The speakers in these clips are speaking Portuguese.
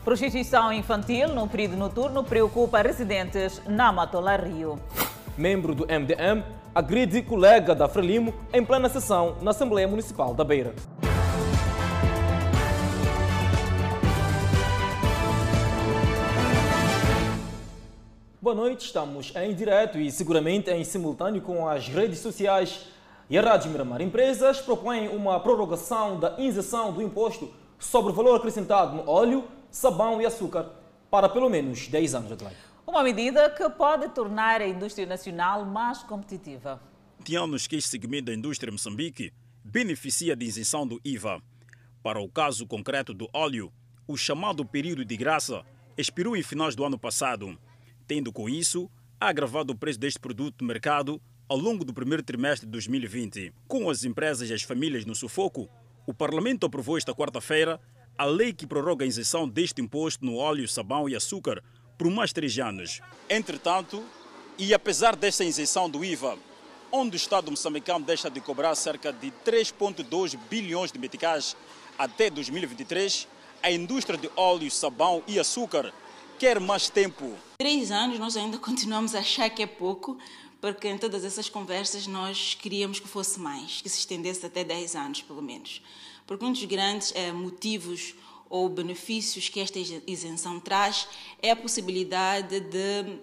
Prostituição infantil no período noturno preocupa residentes na Matola Rio. Membro do MDM agride colega da Frelimo em plena sessão na Assembleia Municipal da Beira. Boa noite, estamos em direto e seguramente em simultâneo com as redes sociais e a Rádio Miramar. Empresas propõem uma prorrogação da isenção do imposto sobre o valor acrescentado no óleo, sabão e açúcar para pelo menos 10 anos. Uma medida que pode tornar a indústria nacional mais competitiva. De anos que este segmento da indústria em Moçambique beneficia de isenção do IVA. Para o caso concreto do óleo, o chamado período de graça expirou em finais do ano passado, tendo com isso agravado o preço deste produto no mercado ao longo do primeiro trimestre de 2020. Com as empresas e as famílias no sufoco, o Parlamento aprovou esta quarta-feira a lei que prorroga a isenção deste imposto no óleo, sabão e açúcar por mais 3 anos. Entretanto, e apesar desta isenção do IVA, onde o Estado moçambicano deixa de cobrar cerca de 3,2 bilhões de meticais até 2023, a indústria de óleo, sabão e açúcar quer mais tempo. 3 anos nós ainda continuamos a achar que é pouco, porque em todas essas conversas nós queríamos que fosse mais, que se estendesse até 10 anos pelo menos. Porque um dos grandes motivos ou benefícios que esta isenção traz é a possibilidade de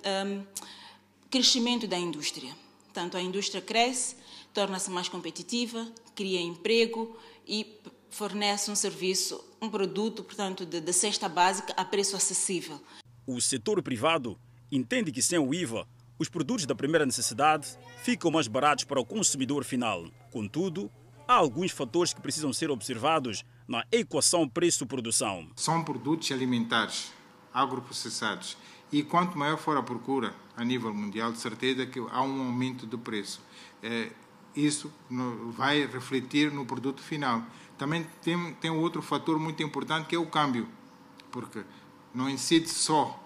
crescimento da indústria. Portanto, a indústria cresce, torna-se mais competitiva, cria emprego e fornece um serviço, um produto, portanto, de cesta básica a preço acessível. O setor privado entende que sem o IVA, os produtos da primeira necessidade ficam mais baratos para o consumidor final. Contudo, há alguns fatores que precisam ser observados na equação preço-produção. São produtos alimentares, agroprocessados, e quanto maior for a procura a nível mundial, de certeza que há um aumento do preço. Isso vai refletir no produto final. Também tem outro fator muito importante que é o câmbio, porque não incide só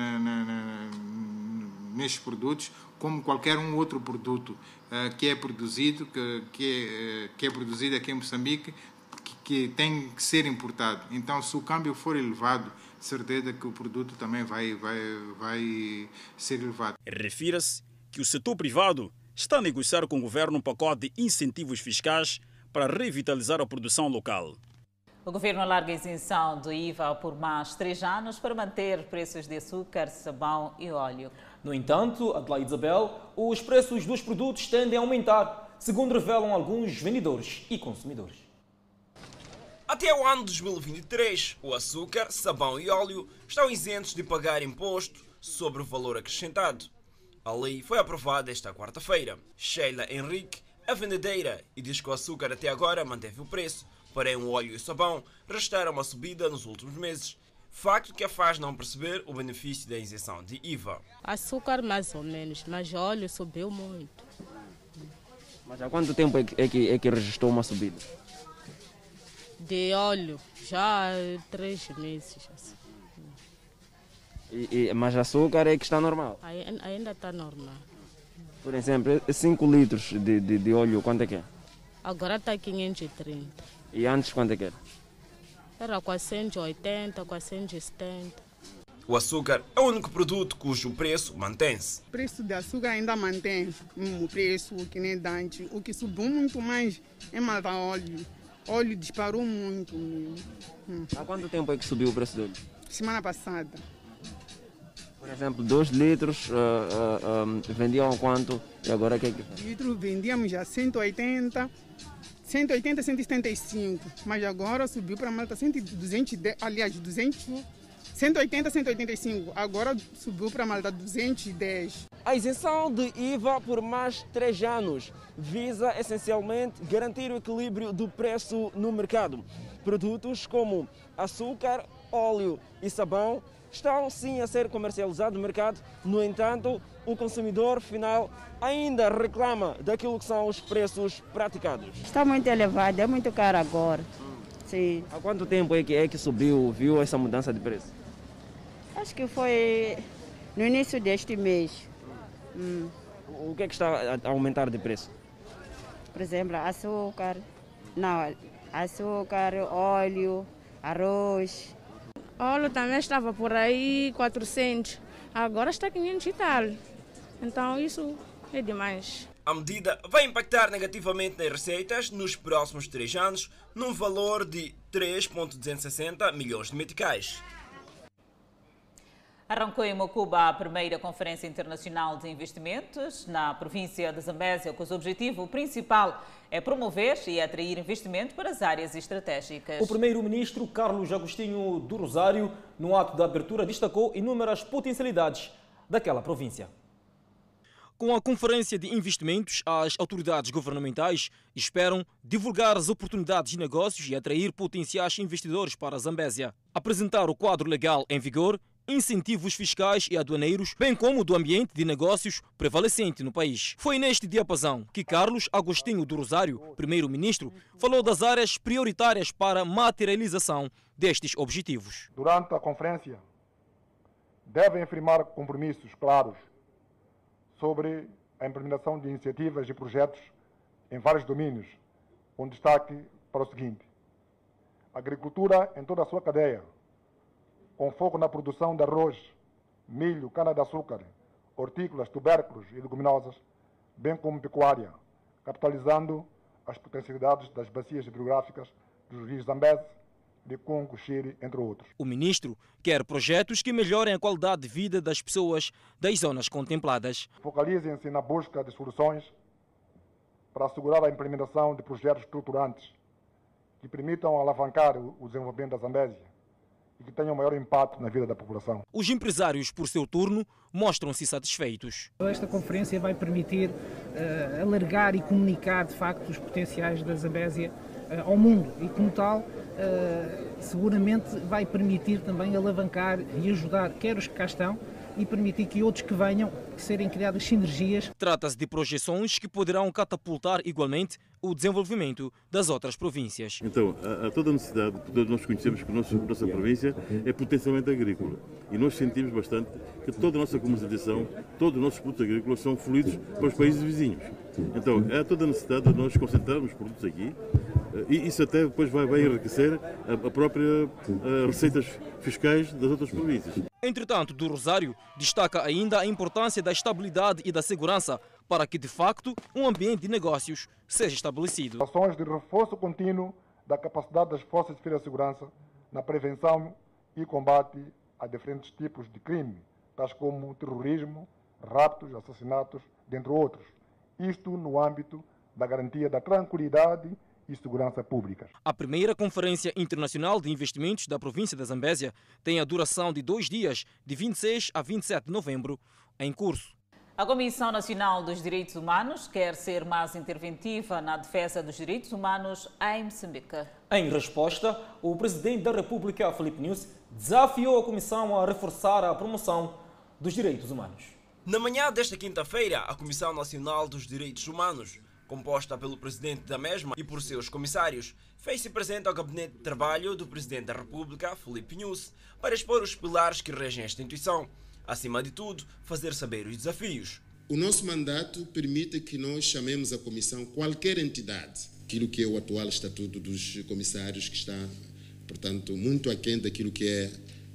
nestes produtos, como qualquer outro produto que é produzido, que é produzido aqui em Moçambique, que tem que ser importado. Então, se o câmbio for elevado, certeza que o produto também vai ser elevado. Refira-se que o setor privado está a negociar com o governo um pacote de incentivos fiscais para revitalizar a produção local. O governo alarga a isenção do IVA por mais 3 anos para manter preços de açúcar, sabão e óleo. No entanto, Adelaide Isabel, os preços dos produtos tendem a aumentar, segundo revelam alguns vendedores e consumidores. Até o ano 2023, o açúcar, sabão e óleo estão isentos de pagar imposto sobre o valor acrescentado. A lei foi aprovada esta quarta-feira. Sheila Henrique é vendedeira e diz que o açúcar até agora manteve o preço, porém o óleo e o sabão registraram uma subida nos últimos meses. Facto que a faz não perceber o benefício da isenção de IVA. Açúcar mais ou menos, mas óleo subiu muito. Mas há quanto tempo é que registrou uma subida? De óleo, já há 3 meses. Assim. Mas açúcar é que está normal? Ainda está normal. Por exemplo, 5 litros de óleo, quanto é que é? Agora está 530. E antes quanto é que era? Era 480, 470. O açúcar é o único produto cujo preço mantém-se. O preço do açúcar ainda mantém o preço que nem antes. O que subiu muito mais é mais óleo. O óleo disparou muito. Há quanto tempo é que subiu o preço do óleo? Semana passada. Por exemplo, 2 litros vendiam quanto e agora o que é que faz? Litro vendíamos a 180, 175, mas agora subiu para Malta 210, aliás, 180, 185, agora subiu para Malta 210. A isenção de IVA por mais 3 anos visa essencialmente garantir o equilíbrio do preço no mercado. Produtos como açúcar, óleo e sabão estão sim a ser comercializados no mercado, no entanto, o consumidor final ainda reclama daquilo que são os preços praticados. Está muito elevado, é muito caro agora. Sim. Há quanto tempo é que subiu, viu essa mudança de preço? Acho que foi no início deste mês. O que é que está a aumentar de preço? Por exemplo, açúcar, óleo, arroz. Óleo também estava por aí 400, agora está 500 e tal. Então isso é demais. A medida vai impactar negativamente nas receitas nos próximos 3 anos, num valor de 3,260 milhões de meticais. Arrancou em Mocuba a primeira Conferência Internacional de Investimentos na província de Zambésia, cujo objetivo principal é promover e atrair investimento para as áreas estratégicas. O primeiro-ministro Carlos Agostinho do Rosário, no ato da abertura, destacou inúmeras potencialidades daquela província. Com a Conferência de Investimentos, as autoridades governamentais esperam divulgar as oportunidades de negócios e atrair potenciais investidores para a Zambésia, apresentar o quadro legal em vigor, incentivos fiscais e aduaneiros, bem como do ambiente de negócios prevalecente no país. Foi neste diapasão que Carlos Agostinho do Rosário, primeiro-ministro, falou das áreas prioritárias para a materialização destes objetivos. Durante a conferência, devem afirmar compromissos claros sobre a implementação de iniciativas e projetos em vários domínios, com destaque para o seguinte: agricultura em toda a sua cadeia, com foco na produção de arroz, milho, cana-de-açúcar, hortícolas, tubérculos e leguminosas, bem como pecuária, capitalizando as potencialidades das bacias hidrográficas dos rios Zambeze, de Congo, Xiri, entre outros. O ministro quer projetos que melhorem a qualidade de vida das pessoas das zonas contempladas. Focalizem-se na busca de soluções para assegurar a implementação de projetos estruturantes que permitam alavancar o desenvolvimento da Zambésia e que tenham maior impacto na vida da população. Os empresários, por seu turno, mostram-se satisfeitos. Esta conferência vai permitir alargar e comunicar, de facto, os potenciais da Zambésia ao mundo e, como tal, seguramente vai permitir também alavancar e ajudar quer os que cá estão e permitir que outros que venham, que serem criadas sinergias. Trata-se de projeções que poderão catapultar igualmente o desenvolvimento das outras províncias. Então, há toda a necessidade, porque nós conhecemos que a nossa província é potencialmente agrícola e nós sentimos bastante que toda a nossa comercialização, todos os nossos produtos agrícolas são fluidos para os países vizinhos. Então, há toda a necessidade de nós concentrarmos produtos aqui e isso até depois vai enriquecer a própria receitas fiscais das outras províncias. Entretanto, do Rosário destaca ainda a importância da estabilidade e da segurança para que, de facto, um ambiente de negócios seja estabelecido. Ações de reforço contínuo da capacidade das forças de segurança na prevenção e combate a diferentes tipos de crime, tais como terrorismo, raptos, assassinatos, dentre outros. Isto no âmbito da garantia da tranquilidade e segurança pública. A primeira Conferência Internacional de Investimentos da província da Zambésia tem a duração de 2 dias, de 26 a 27 de novembro, em curso. A Comissão Nacional dos Direitos Humanos quer ser mais interventiva na defesa dos direitos humanos em Moçambique. Em resposta, o presidente da República, Filipe Nyusi, desafiou a Comissão a reforçar a promoção dos direitos humanos. Na manhã desta quinta-feira, a Comissão Nacional dos Direitos Humanos, composta pelo presidente da mesma e por seus comissários, fez-se presente ao gabinete de trabalho do presidente da República, Filipe Nyusi, para expor os pilares que regem esta instituição. Acima de tudo, fazer saber os desafios. O nosso mandato permite que nós chamemos a comissão qualquer entidade. Aquilo que é o atual estatuto dos comissários, que está, portanto, muito aquém daquilo que é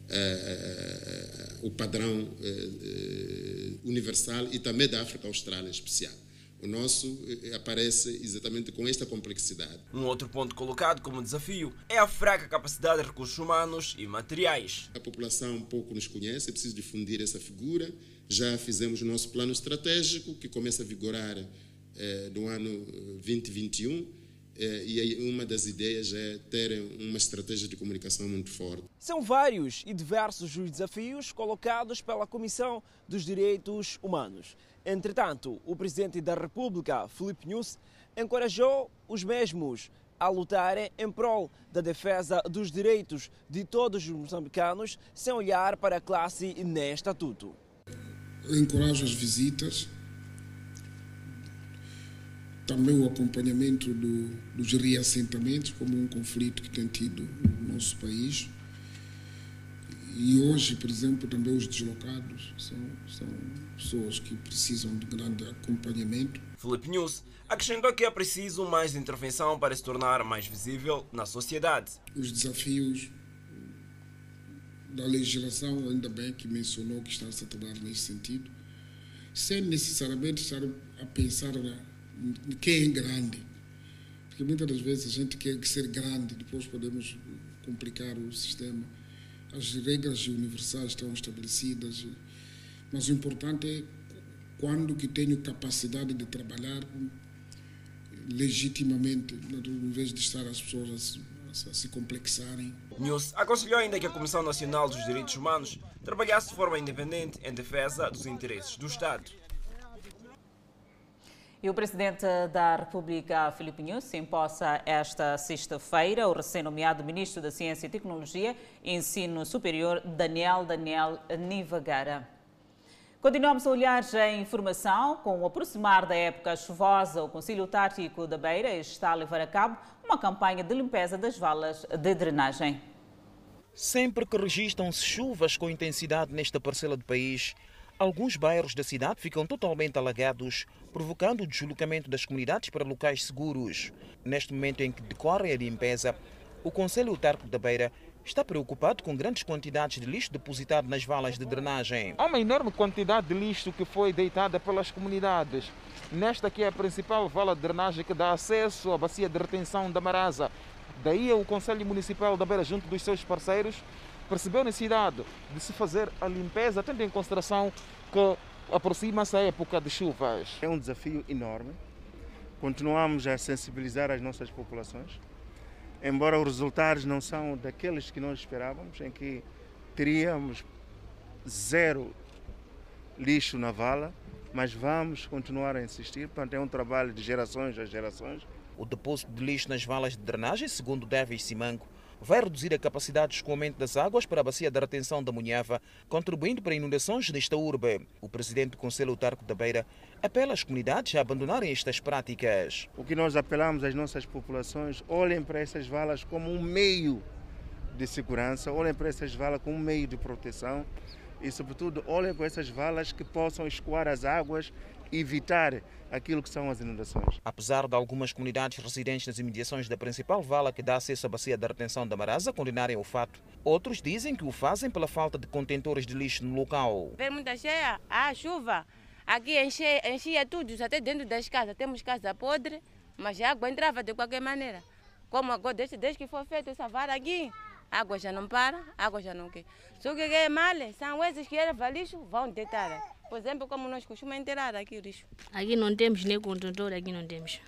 o padrão universal e também da África Austral em especial. O nosso aparece exatamente com esta complexidade. Um outro ponto colocado como desafio é a fraca capacidade de recursos humanos e materiais. A população pouco nos conhece, é preciso difundir essa figura. Já fizemos o nosso plano estratégico, que começa a vigorar no ano 2021. E aí uma das ideias é ter uma estratégia de comunicação muito forte. São vários e diversos os desafios colocados pela Comissão dos Direitos Humanos. Entretanto, o presidente da República, Filipe Nyusi, encorajou os mesmos a lutarem em prol da defesa dos direitos de todos os moçambicanos, sem olhar para a classe nem estatuto. Eu encorajo as visitas, também o acompanhamento dos reassentamentos, como um conflito que tem tido no nosso país. E hoje, por exemplo, também os deslocados são pessoas que precisam de grande acompanhamento. Filipe Nyusi acrescentou que é preciso mais intervenção para se tornar mais visível na sociedade. Os desafios da legislação, ainda bem que mencionou que está-se a trabalhar nesse sentido, sem necessariamente estar a pensar em quem é grande. Porque muitas das vezes a gente quer ser grande, depois podemos complicar o sistema. As regras universais estão estabelecidas, mas o importante é quando que tenho capacidade de trabalhar legitimamente, em vez de estar as pessoas a se complexarem. News aconselhou ainda que a Comissão Nacional dos Direitos Humanos trabalhasse de forma independente em defesa dos interesses do Estado. E o Presidente da República, Filipe Nyusi, empossa esta sexta-feira o recém-nomeado Ministro da Ciência e Tecnologia e Ensino Superior, Daniel Nivagara. Continuamos a olhar a informação. Com o aproximar da época chuvosa, o Conselho Autárquico da Beira está a levar a cabo uma campanha de limpeza das valas de drenagem. Sempre que registram-se chuvas com intensidade nesta parcela do país, alguns bairros da cidade ficam totalmente alagados, provocando o deslocamento das comunidades para locais seguros. Neste momento em que decorre a limpeza, o Conselho Autárquico da Beira está preocupado com grandes quantidades de lixo depositado nas valas de drenagem. Há uma enorme quantidade de lixo que foi deitada pelas comunidades. Nesta que é a principal vala de drenagem que dá acesso à bacia de retenção da Maraza. Daí o Conselho Municipal da Beira, junto dos seus parceiros, percebeu a necessidade de se fazer a limpeza, tendo em consideração que aproxima-se a época de chuvas. É um desafio enorme. Continuamos a sensibilizar as nossas populações. Embora os resultados não são daqueles que nós esperávamos, em que teríamos zero lixo na vala, mas vamos continuar a insistir, portanto é um trabalho de gerações a gerações. O depósito de lixo nas valas de drenagem, segundo Davis Simango, vai reduzir a capacidade de escoamento das águas para a bacia de retenção da Munhava, contribuindo para inundações nesta urbe. O presidente do Conselho Autárquico da Beira apela às comunidades a abandonarem estas práticas. O que nós apelamos às nossas populações, olhem para essas valas como um meio de segurança, olhem para essas valas como um meio de proteção e, sobretudo, olhem para essas valas que possam escoar as águas e evitar aquilo que são as inundações. Apesar de algumas comunidades residentes nas imediações da principal vala que dá acesso à bacia da retenção da Maraza condenarem o fato, outros dizem que o fazem pela falta de contentores de lixo no local. Vem muita cheia, a chuva, aqui enchia tudo, até dentro das casas. Temos casa podre, mas a água entrava de qualquer maneira. Como agora, desde que foi feita essa vara aqui, a água já não para, a água já não quer. Se o que é mal, são esses que levam lixo, vão deitar. Por exemplo, como nós costumamos enterrar aqui o lixo. Aqui não temos nem contentor, aqui não temos.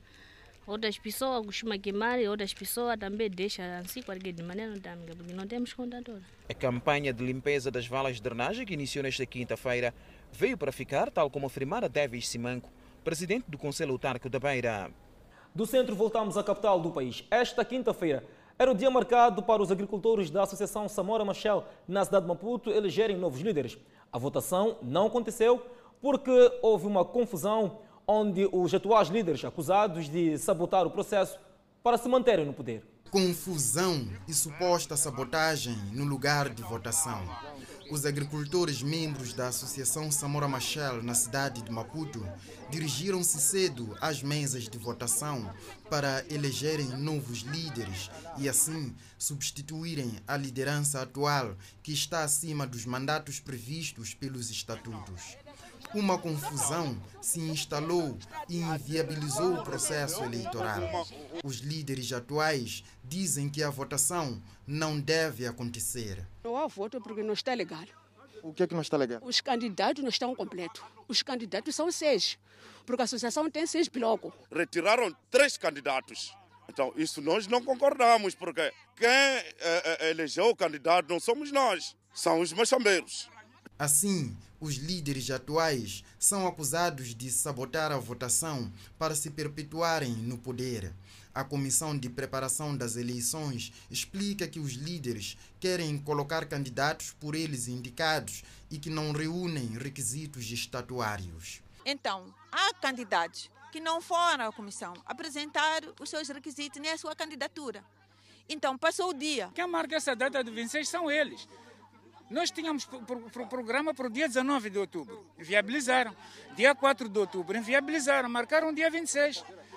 Outras pessoas costumam queimar e outras pessoas também deixam assim, de maneira não temos, porque não temos contentor. A campanha de limpeza das valas de drenagem, que iniciou nesta quinta-feira, veio para ficar, tal como afirmara Davis Simango, presidente do Conselho Autárquico da Beira. Do centro voltamos à capital do país. Esta quinta-feira era o dia marcado para os agricultores da Associação Samora Machel, na cidade de Maputo, elegerem novos líderes. A votação não aconteceu porque houve uma confusão onde os atuais líderes acusados de sabotar o processo para se manterem no poder. Confusão e suposta sabotagem no lugar de votação. Os agricultores membros da Associação Samora Machel, na cidade de Maputo, dirigiram-se cedo às mesas de votação para elegerem novos líderes e, assim, substituírem a liderança atual, que está acima dos mandatos previstos pelos estatutos. Uma confusão se instalou e inviabilizou o processo eleitoral. Os líderes atuais dizem que a votação não deve acontecer. Não há voto porque não está legal. O que é que não está legal? Os candidatos não estão completos. Os candidatos são 6, porque a associação tem 6 blocos. Retiraram 3 candidatos. Então, isso nós não concordamos, porque quem elegeu o candidato não somos nós, são os machambeiros. Assim, os líderes atuais são acusados de sabotar a votação para se perpetuarem no poder. A Comissão de Preparação das Eleições explica que os líderes querem colocar candidatos por eles indicados e que não reúnem requisitos estatuários. Então, há candidatos que não foram à comissão apresentar os seus requisitos nem a sua candidatura. Então, passou o dia. Quem marca essa data de 26 são eles. Nós tínhamos programa para o dia 19 de outubro, inviabilizaram. Dia 4 de outubro, inviabilizaram, marcaram o dia 26.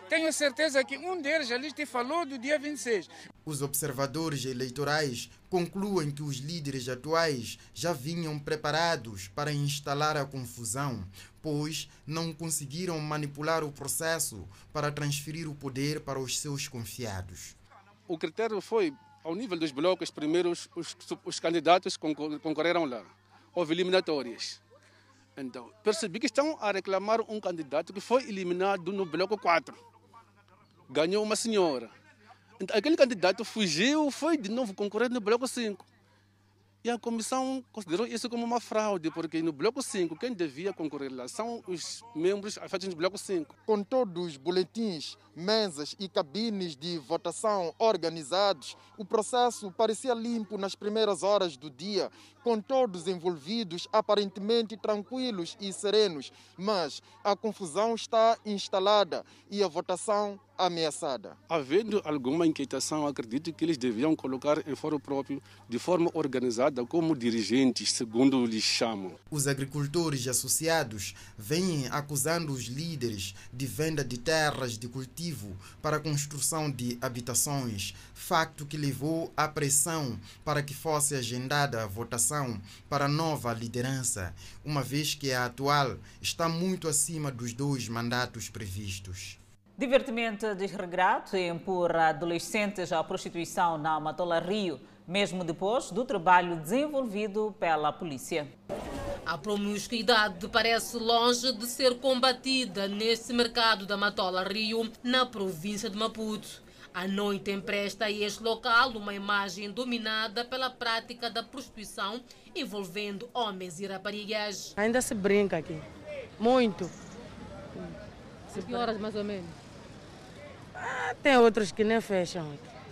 Tenho certeza que um deles ali te falou do dia 26. Os observadores eleitorais concluem que os líderes atuais já vinham preparados para instalar a confusão, pois não conseguiram manipular o processo para transferir o poder para os seus confiados. O critério foi, ao nível dos blocos, primeiros os candidatos concorreram lá. Houve eliminatórias. Então, percebi que estão a reclamar um candidato que foi eliminado no bloco 4. Ganhou uma senhora. Então, aquele candidato fugiu, foi de novo concorrer no bloco 5. E a comissão considerou isso como uma fraude, porque no bloco 5, quem devia concorrer lá são os membros afetos do bloco 5. Com todos os boletins, mesas e cabines de votação organizados, o processo parecia limpo nas primeiras horas do dia, com todos envolvidos aparentemente tranquilos e serenos, mas a confusão está instalada e a votação ameaçada. Havendo alguma inquietação, acredito que eles deviam colocar em fórum próprio, de forma organizada, como dirigentes, segundo lhes chamam. Os agricultores associados vêm acusando os líderes de venda de terras de cultivo para a construção de habitações, facto que levou à pressão para que fosse agendada a votação para a nova liderança, uma vez que a atual está muito acima dos 2 mandatos previstos. Divertimento desregrado empurra adolescentes à prostituição na Matola Rio, mesmo depois do trabalho desenvolvido pela polícia. A promiscuidade parece longe de ser combatida neste mercado da Matola Rio, na província de Maputo. A noite empresta a este local uma imagem dominada pela prática da prostituição envolvendo homens e raparigas. Ainda se brinca aqui, muito. Que horas mais ou menos? Tem outros que nem fecham.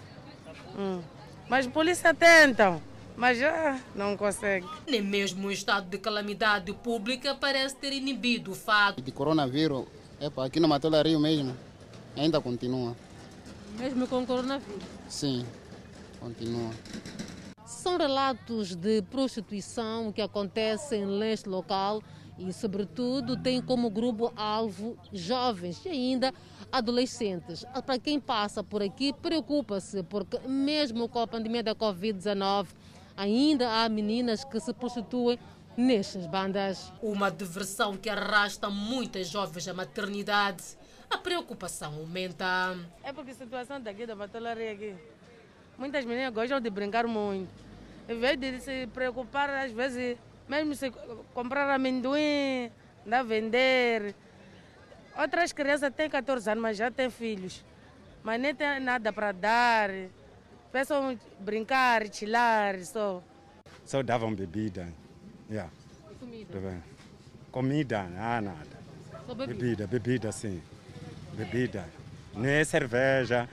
Mas a polícia tentam, mas já não consegue. Nem mesmo o estado de calamidade pública parece ter inibido o fato. De coronavírus, aqui na Matola Rio mesmo, ainda continua. Mesmo com o coronavírus? Sim, continua. São relatos de prostituição que acontecem neste local e, sobretudo, tem como grupo-alvo jovens e ainda adolescentes. Para quem passa por aqui, preocupa-se, porque mesmo com a pandemia da Covid-19, ainda há meninas que se prostituem nestas bandas. Uma diversão que arrasta muitas jovens à maternidade. A preocupação aumenta. É porque a situação daqui da Matola Rio aqui, muitas meninas gostam de brincar muito. Em vez de se preocupar, às vezes, mesmo se comprar amendoim, a vender. Outras crianças têm 14 anos, mas já têm filhos. Mas nem tem nada para dar. Pensam brincar, chilar, só. Só davam bebida. Yeah. E comida? Comida, nada. Só bebida? Bebida sim. Bebida. Nem cerveja.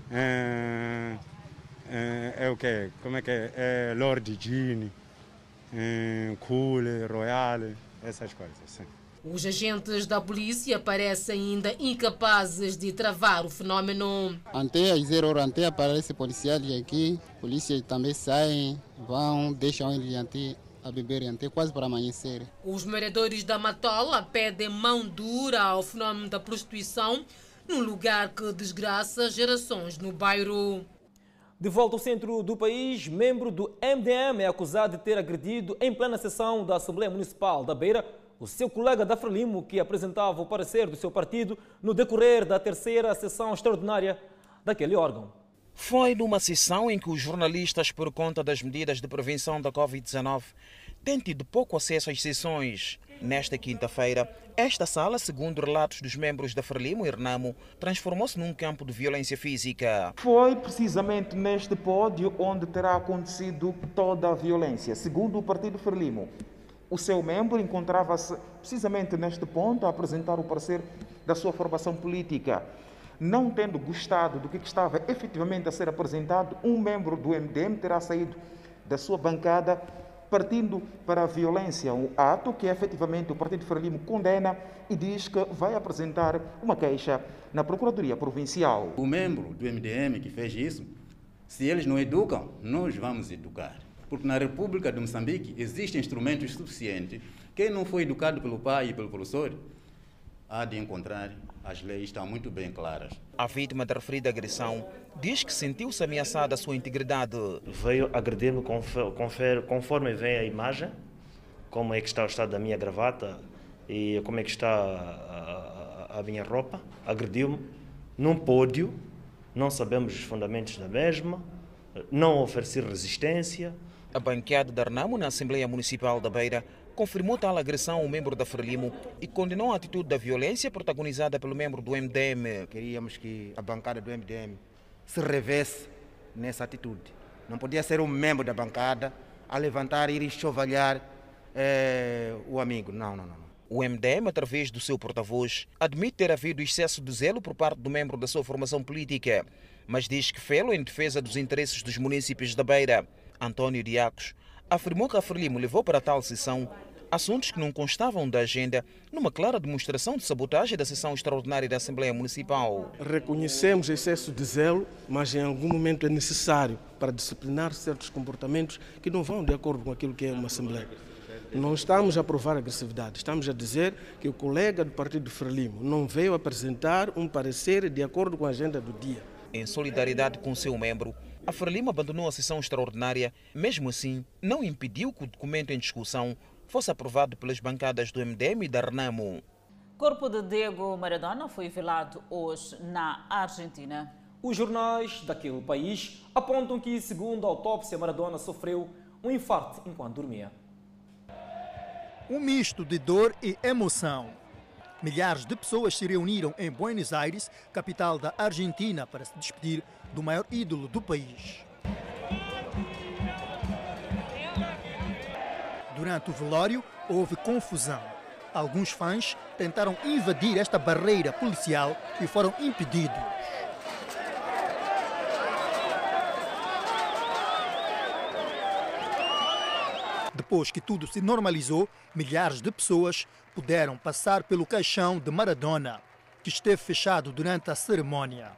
É o quê? Como é que é? É Lord Gin, Cooler, Royal, essas coisas, sim. Os agentes da polícia parecem ainda incapazes de travar o fenômeno. Até às 0 horas, até aparecem policiais aqui, polícias também saem, vão, deixam eles a beber até quase para amanhecer. Os moradores da Matola pedem mão dura ao fenômeno da prostituição, num lugar que desgraça gerações no bairro. De volta ao centro do país, membro do MDM é acusado de ter agredido em plena sessão da Assembleia Municipal da Beira o seu colega da Frelimo, que apresentava o parecer do seu partido no decorrer da 3ª sessão extraordinária daquele órgão. Foi numa sessão em que os jornalistas, por conta das medidas de prevenção da Covid-19, têm tido pouco acesso às sessões. Nesta quinta-feira, esta sala, segundo relatos dos membros da Frelimo e Renamo, transformou-se num campo de violência física. Foi precisamente neste pódio onde terá acontecido toda a violência. Segundo o partido Frelimo, o seu membro encontrava-se precisamente neste ponto a apresentar o parecer da sua formação política. Não tendo gostado do que estava efetivamente a ser apresentado, um membro do MDM terá saído da sua bancada partindo para a violência, um ato que efetivamente o partido Frelimo condena e diz que vai apresentar uma queixa na Procuradoria Provincial. O membro do MDM que fez isso, se eles não educam, nós vamos educar. Porque na República de Moçambique existem instrumentos suficientes. Quem não foi educado pelo pai e pelo professor há de encontrar, as leis estão muito bem claras. A vítima da referida agressão diz que sentiu-se ameaçada a sua integridade. Veio agredir-me conforme vem a imagem, como é que está o estado da minha gravata e como é que está a minha roupa. Agrediu-me num pódio, não sabemos os fundamentos da mesma, não ofereci resistência. A bancada da Renamo na Assembleia Municipal da Beira confirmou tal agressão ao membro da Frelimo e condenou a atitude da violência protagonizada pelo membro do MDM. Queríamos que a bancada do MDM se revesse nessa atitude. Não podia ser um membro da bancada a levantar e ir enxovalhar o amigo. Não. O MDM, através do seu porta-voz, admite ter havido excesso de zelo por parte do membro da sua formação política, mas diz que fê-lo em defesa dos interesses dos munícipes da Beira. António Diacos afirmou que a Frelimo levou para tal sessão assuntos que não constavam da agenda, numa clara demonstração de sabotagem da sessão extraordinária da Assembleia Municipal. Reconhecemos excesso de zelo, mas em algum momento é necessário para disciplinar certos comportamentos que não vão de acordo com aquilo que é uma Assembleia. Não estamos a aprovar agressividade, estamos a dizer que o colega do Partido Frelimo não veio apresentar um parecer de acordo com a agenda do dia. Em solidariedade com seu membro, a Frelimo abandonou a sessão extraordinária. Mesmo assim, não impediu que o documento em discussão fosse aprovado pelas bancadas do MDM e da Renamo. O corpo de Diego Maradona foi velado hoje na Argentina. Os jornais daquele país apontam que, segundo a autópsia, Maradona sofreu um infarto enquanto dormia. Um misto de dor e emoção. Milhares de pessoas se reuniram em Buenos Aires, capital da Argentina, para se despedir do maior ídolo do país. Durante o velório, houve confusão. Alguns fãs tentaram invadir esta barreira policial e foram impedidos. Depois que tudo se normalizou, milhares de pessoas puderam passar pelo caixão de Maradona, que esteve fechado durante a cerimônia.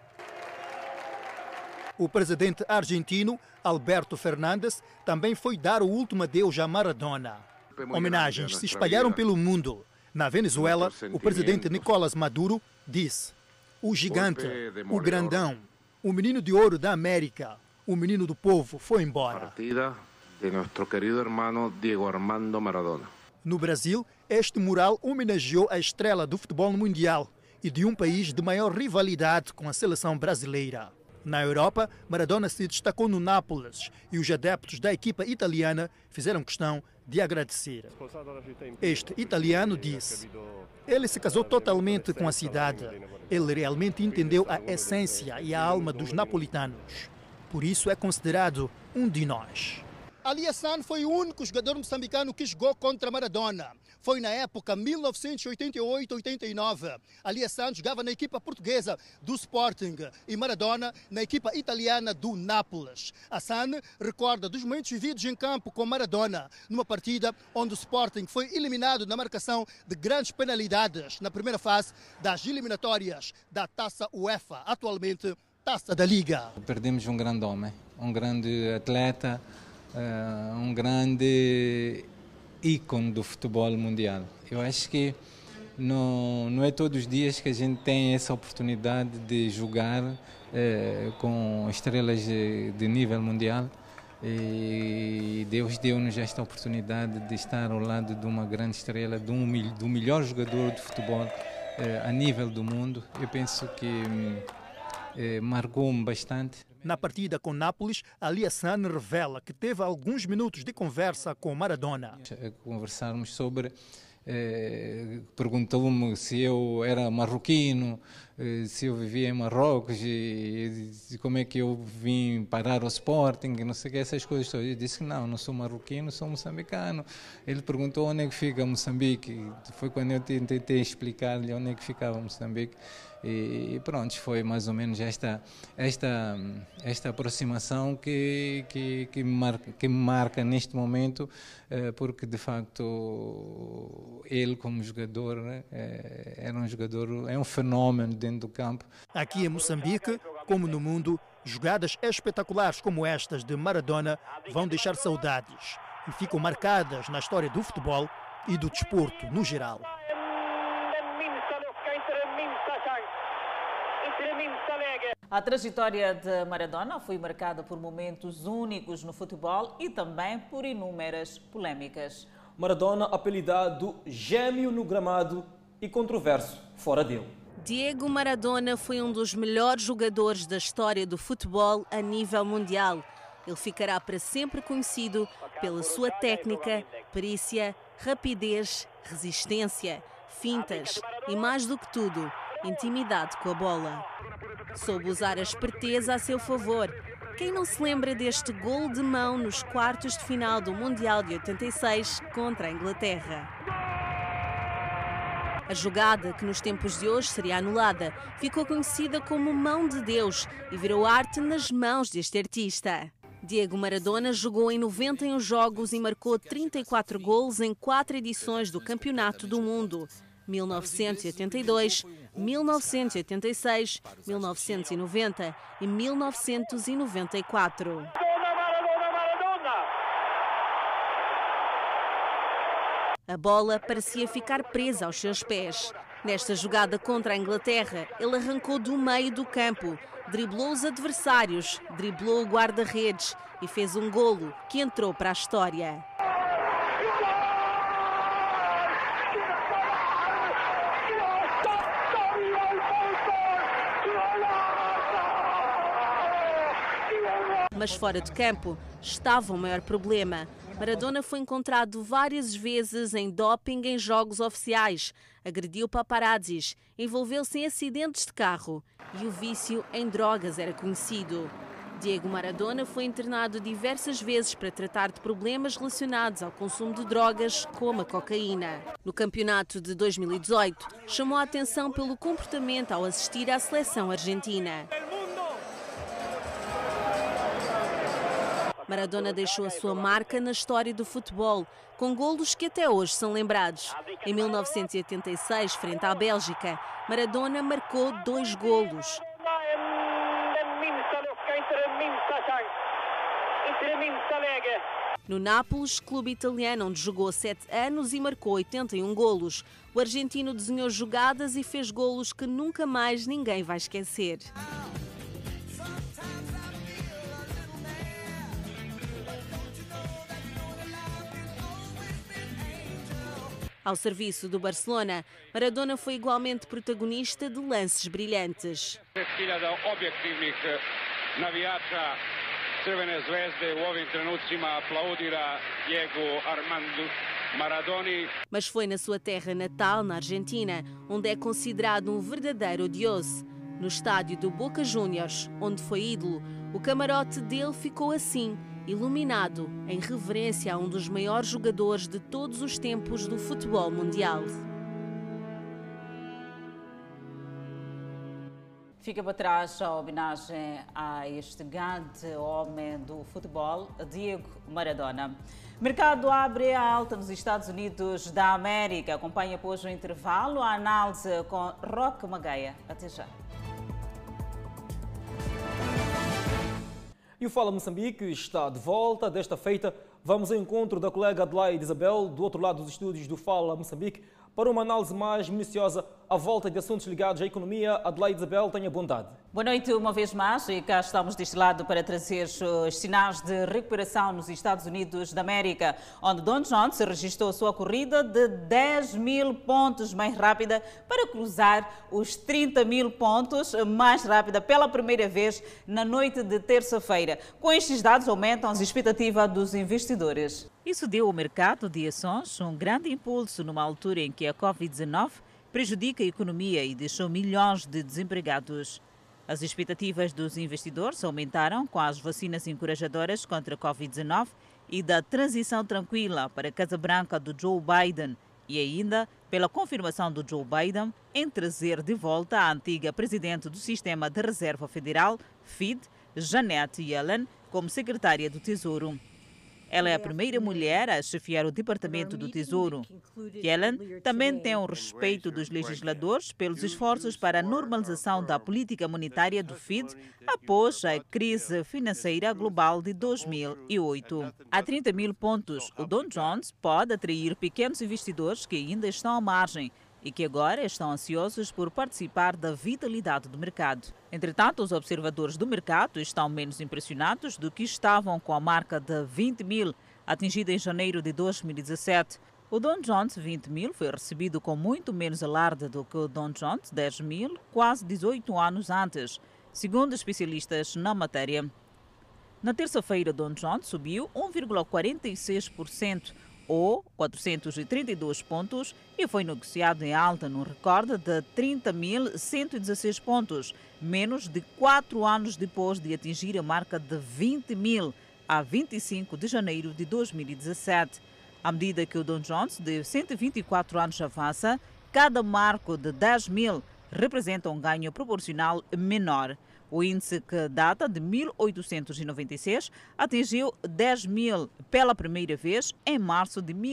O presidente argentino, Alberto Fernandes, também foi dar o último adeus a Maradona. Homenagens se espalharam pelo mundo. Na Venezuela, o presidente Nicolás Maduro disse: o gigante, o grandão, o menino de ouro da América, o menino do povo foi embora. De nosso querido irmão Diego Armando Maradona. No Brasil, este mural homenageou a estrela do futebol mundial e de um país de maior rivalidade com a seleção brasileira. Na Europa, Maradona se destacou no Nápoles e os adeptos da equipa italiana fizeram questão de agradecer. Este italiano disse: ele se casou totalmente com a cidade. Ele realmente entendeu a essência e a alma dos napolitanos. Por isso é considerado um de nós. Ali Hassan foi o único jogador moçambicano que jogou contra Maradona. Foi na época 1988-89. Ali Hassan jogava na equipa portuguesa do Sporting e Maradona na equipa italiana do Nápoles. Hassan recorda dos momentos vividos em campo com Maradona, numa partida onde o Sporting foi eliminado na marcação de grandes penalidades na primeira fase das eliminatórias da Taça UEFA, atualmente Taça da Liga. Perdemos um grande homem, um grande atleta, um grande ícone do futebol mundial. Eu acho que não é todos os dias que a gente tem essa oportunidade de jogar com estrelas de nível mundial, e Deus deu-nos esta oportunidade de estar ao lado de uma grande estrela, do melhor jogador de futebol a nível do mundo. Eu penso que marcou-me bastante. Na partida com Nápoles, Ali Hassan revela que teve alguns minutos de conversa com Maradona. Conversarmos sobre... perguntou-me se eu era marroquino, se eu vivia em Marrocos e como é que eu vim parar ao Sporting, não sei o que, essas coisas todas. Eu disse que não sou marroquino, sou moçambicano. Ele perguntou onde é que fica Moçambique. Foi quando eu tentei explicar-lhe onde é que ficava Moçambique. E pronto, foi mais ou menos esta aproximação que me marca neste momento, porque de facto ele como jogador era um jogador, é um fenómeno dentro do campo. Aqui em Moçambique, como no mundo, jogadas espetaculares como estas de Maradona vão deixar saudades e ficam marcadas na história do futebol e do desporto no geral. A trajetória de Maradona foi marcada por momentos únicos no futebol e também por inúmeras polémicas. Maradona, apelidado gêmeo no gramado e controverso fora dele. Diego Maradona foi um dos melhores jogadores da história do futebol a nível mundial. Ele ficará para sempre conhecido pela sua técnica, perícia, rapidez, resistência, fintas e, mais do que tudo, intimidade com a bola. Soube usar a esperteza a seu favor. Quem não se lembra deste gol de mão nos quartos de final do Mundial de 86 contra a Inglaterra? A jogada, que nos tempos de hoje seria anulada, ficou conhecida como Mão de Deus e virou arte nas mãos deste artista. Diego Maradona jogou em 91 jogos e marcou 34 golos em 4 edições do Campeonato do Mundo: 1982, 1986, 1990 e 1994. A bola parecia ficar presa aos seus pés. Nesta jogada contra a Inglaterra, ele arrancou do meio do campo, driblou os adversários, driblou o guarda-redes e fez um golo que entrou para a história. Mas fora de campo estava o maior problema. Maradona foi encontrado várias vezes em doping em jogos oficiais, agrediu paparazzis, envolveu-se em acidentes de carro e o vício em drogas era conhecido. Diego Maradona foi internado diversas vezes para tratar de problemas relacionados ao consumo de drogas, como a cocaína. No campeonato de 2018, chamou a atenção pelo comportamento ao assistir à seleção argentina. Maradona deixou a sua marca na história do futebol, com golos que até hoje são lembrados. Em 1986, frente à Bélgica, Maradona marcou 2 golos. No Nápoles, clube italiano onde jogou 7 anos e marcou 81 golos. O argentino desenhou jogadas e fez golos que nunca mais ninguém vai esquecer. Ao serviço do Barcelona, Maradona foi igualmente protagonista de lances brilhantes. Mas foi na sua terra natal, na Argentina, onde é considerado um verdadeiro odioso. No estádio do Boca Juniors, onde foi ídolo, o camarote dele ficou assim, iluminado em reverência a um dos maiores jogadores de todos os tempos do futebol mundial. Fica para trás a homenagem a este grande homem do futebol, Diego Maradona. Mercado abre a alta nos Estados Unidos da América. Acompanha após o intervalo a análise com Roque Magaia. Até já. E o Fala Moçambique está de volta. Desta feita, vamos ao encontro da colega Adelaide Isabel, do outro lado dos estúdios do Fala Moçambique, para uma análise mais minuciosa à volta de assuntos ligados à economia. Adelaide Isabel, tenha bondade. Boa noite uma vez mais e cá estamos deste lado para trazer os sinais de recuperação nos Estados Unidos da América, onde Dow Jones registrou sua corrida de 10 mil pontos mais rápida para cruzar os 30 mil pontos mais rápida pela primeira vez na noite de terça-feira. Com estes dados aumentam as expectativas dos investidores. Isso deu ao mercado de ações um grande impulso numa altura em que a Covid-19 prejudica a economia e deixou milhões de desempregados. As expectativas dos investidores aumentaram com as vacinas encorajadoras contra a Covid-19 e da transição tranquila para a Casa Branca do Joe Biden e ainda pela confirmação do Joe Biden em trazer de volta a antiga presidente do Sistema de Reserva Federal, FED, Janet Yellen, como secretária do Tesouro. Ela é a primeira mulher a chefiar o Departamento do Tesouro. Yellen também tem o respeito dos legisladores pelos esforços para a normalização da política monetária do FED após a crise financeira global de 2008. A 30 mil pontos, o Dow Jones pode atrair pequenos investidores que ainda estão à margem, e que agora estão ansiosos por participar da vitalidade do mercado. Entretanto, os observadores do mercado estão menos impressionados do que estavam com a marca de 20 mil, atingida em janeiro de 2017. O Dow Jones 20 mil foi recebido com muito menos alarde do que o Dow Jones 10 mil, quase 18 anos antes, segundo especialistas na matéria. Na terça-feira, o Dow Jones subiu 1,46%, ou 432 pontos, e foi negociado em alta num recorde de 30.116 pontos, menos de 4 anos depois de atingir a marca de 20 mil, a 25 de janeiro de 2017. À medida que o Dow Jones de 124 anos avança, cada marco de 10 mil representa um ganho proporcional menor. O índice, que data de 1896, atingiu 10 mil pela primeira vez em março de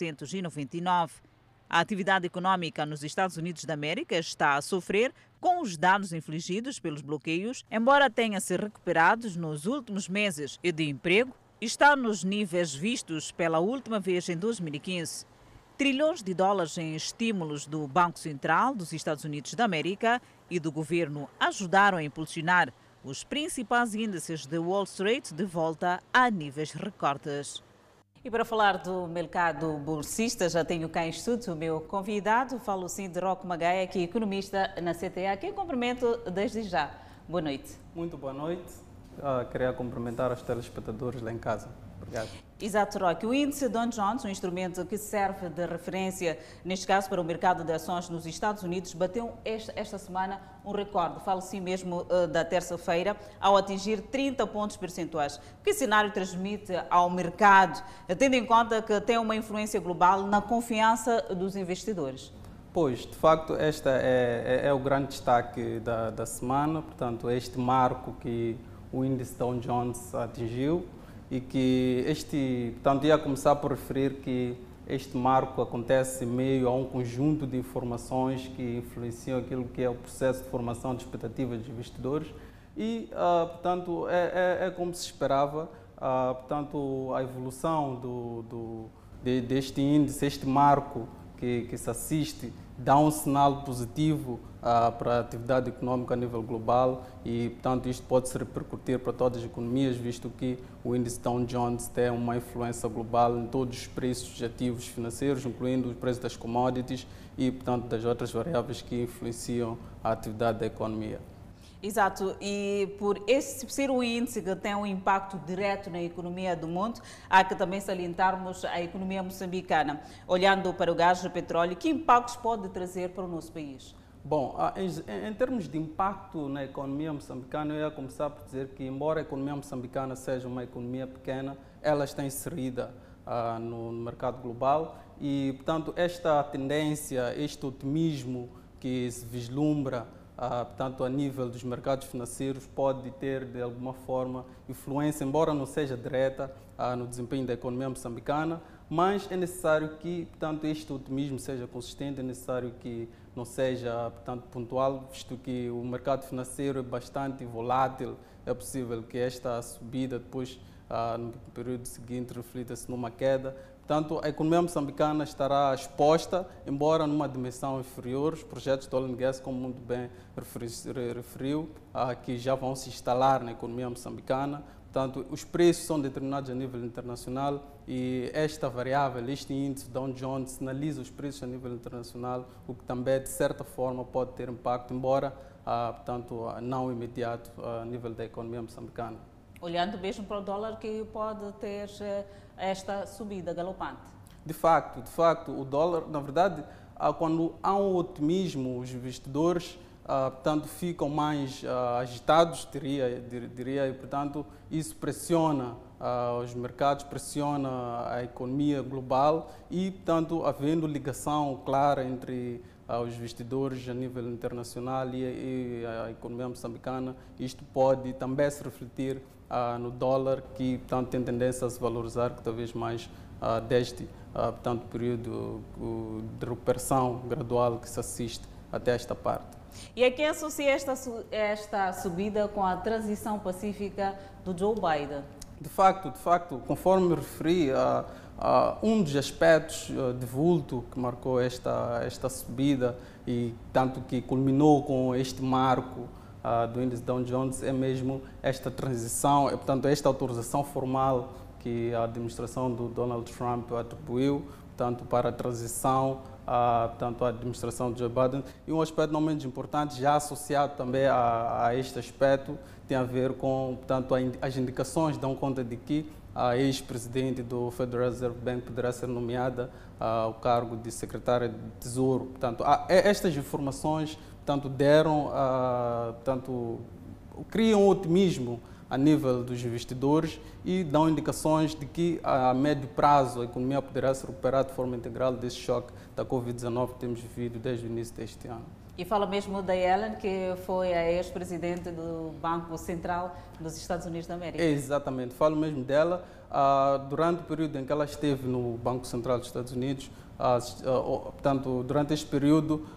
1999. A atividade econômica nos Estados Unidos da América está a sofrer com os danos infligidos pelos bloqueios, embora tenha se recuperado nos últimos meses, e de emprego está nos níveis vistos pela última vez em 2015. Trilhões de dólares em estímulos do Banco Central dos Estados Unidos da América e do governo ajudaram a impulsionar os principais índices de Wall Street de volta a níveis recordes. E para falar do mercado bolsista, já tenho cá em estúdio o meu convidado, falo sim de Rocco Magaia, que é economista na CTA, quem cumprimento desde já. Boa noite. Muito boa noite. Queria cumprimentar os telespectadores lá em casa. Obrigado. Exato, Roque. O índice Dow Jones, um instrumento que serve de referência, neste caso para o mercado de ações nos Estados Unidos, bateu esta semana um recorde, falo sim mesmo da terça-feira, ao atingir 30 pontos percentuais. Que cenário transmite ao mercado, tendo em conta que tem uma influência global na confiança dos investidores? Pois, de facto, este é o grande destaque da semana, portanto, este marco que o índice Dow Jones atingiu, e que portanto, ia começar por referir que este marco acontece em meio a um conjunto de informações que influenciam aquilo que é o processo de formação de expectativas dos investidores e, portanto, é como se esperava, portanto, a evolução deste índice, este marco que se assiste, dá um sinal positivo para a atividade econômica a nível global e, portanto, isto pode se repercutir para todas as economias, visto que o índice Dow Jones tem uma influência global em todos os preços de ativos financeiros, incluindo o preço das commodities e, portanto, das outras variáveis que influenciam a atividade da economia. Exato, e por esse ser um índice que tem um impacto direto na economia do mundo, há que também salientarmos a economia moçambicana. Olhando para o gás e o petróleo, que impactos pode trazer para o nosso país? Bom, em termos de impacto na economia moçambicana, eu ia começar por dizer que, embora a economia moçambicana seja uma economia pequena, ela está inserida no mercado global e, portanto, esta tendência, este otimismo que se vislumbra portanto, a nível dos mercados financeiros, pode ter, de alguma forma, influência, embora não seja direta, no desempenho da economia moçambicana, mas é necessário que, portanto, este otimismo seja consistente, é necessário que não seja, portanto, pontual, visto que o mercado financeiro é bastante volátil, é possível que esta subida depois, no período seguinte, reflita-se numa queda. Portanto, a economia moçambicana estará exposta, embora numa dimensão inferior. Os projetos de oil and gas, como muito bem referiu, que já vão se instalar na economia moçambicana. Portanto, os preços são determinados a nível internacional e esta variável, este índice Dow Jones, sinaliza os preços a nível internacional, o que também, de certa forma, pode ter impacto, embora, portanto, não imediato a nível da economia moçambicana. Olhando mesmo para o dólar, que pode ter esta subida galopante. De facto, o dólar, na verdade, quando há um otimismo, os investidores, portanto, ficam mais agitados, diria, e, portanto, isso pressiona os mercados, pressiona a economia global e, portanto, havendo ligação clara entre os investidores a nível internacional e a economia moçambicana, isto pode também se refletir no dólar, que, portanto, tem tendência a se valorizar cada vez mais desde, portanto, o período de recuperação gradual que se assiste até esta parte. E a que associa esta subida com a transição pacífica do Joe Biden? De facto, conforme referi, Um dos aspectos de vulto que marcou esta subida e tanto que culminou com este marco do índice Dow Jones é mesmo esta transição, portanto, esta autorização formal que a administração do Donald Trump atribuiu, tanto para a transição, tanto à administração de Joe Biden. E um aspecto não menos importante, já associado também a este aspecto, tem a ver com, portanto, as indicações dão conta de que a ex-presidente do Federal Reserve Bank poderá ser nomeada ao cargo de secretária de Tesouro. Portanto, estas informações, portanto, criam otimismo a nível dos investidores e dão indicações de que a médio prazo a economia poderá se recuperar de forma integral desse choque da Covid-19 que temos vivido desde o início deste ano. E fala mesmo da Yellen, que foi a ex-presidente do Banco Central dos Estados Unidos da América. Exatamente, falo mesmo dela. Durante o período em que ela esteve no Banco Central dos Estados Unidos, portanto, durante este período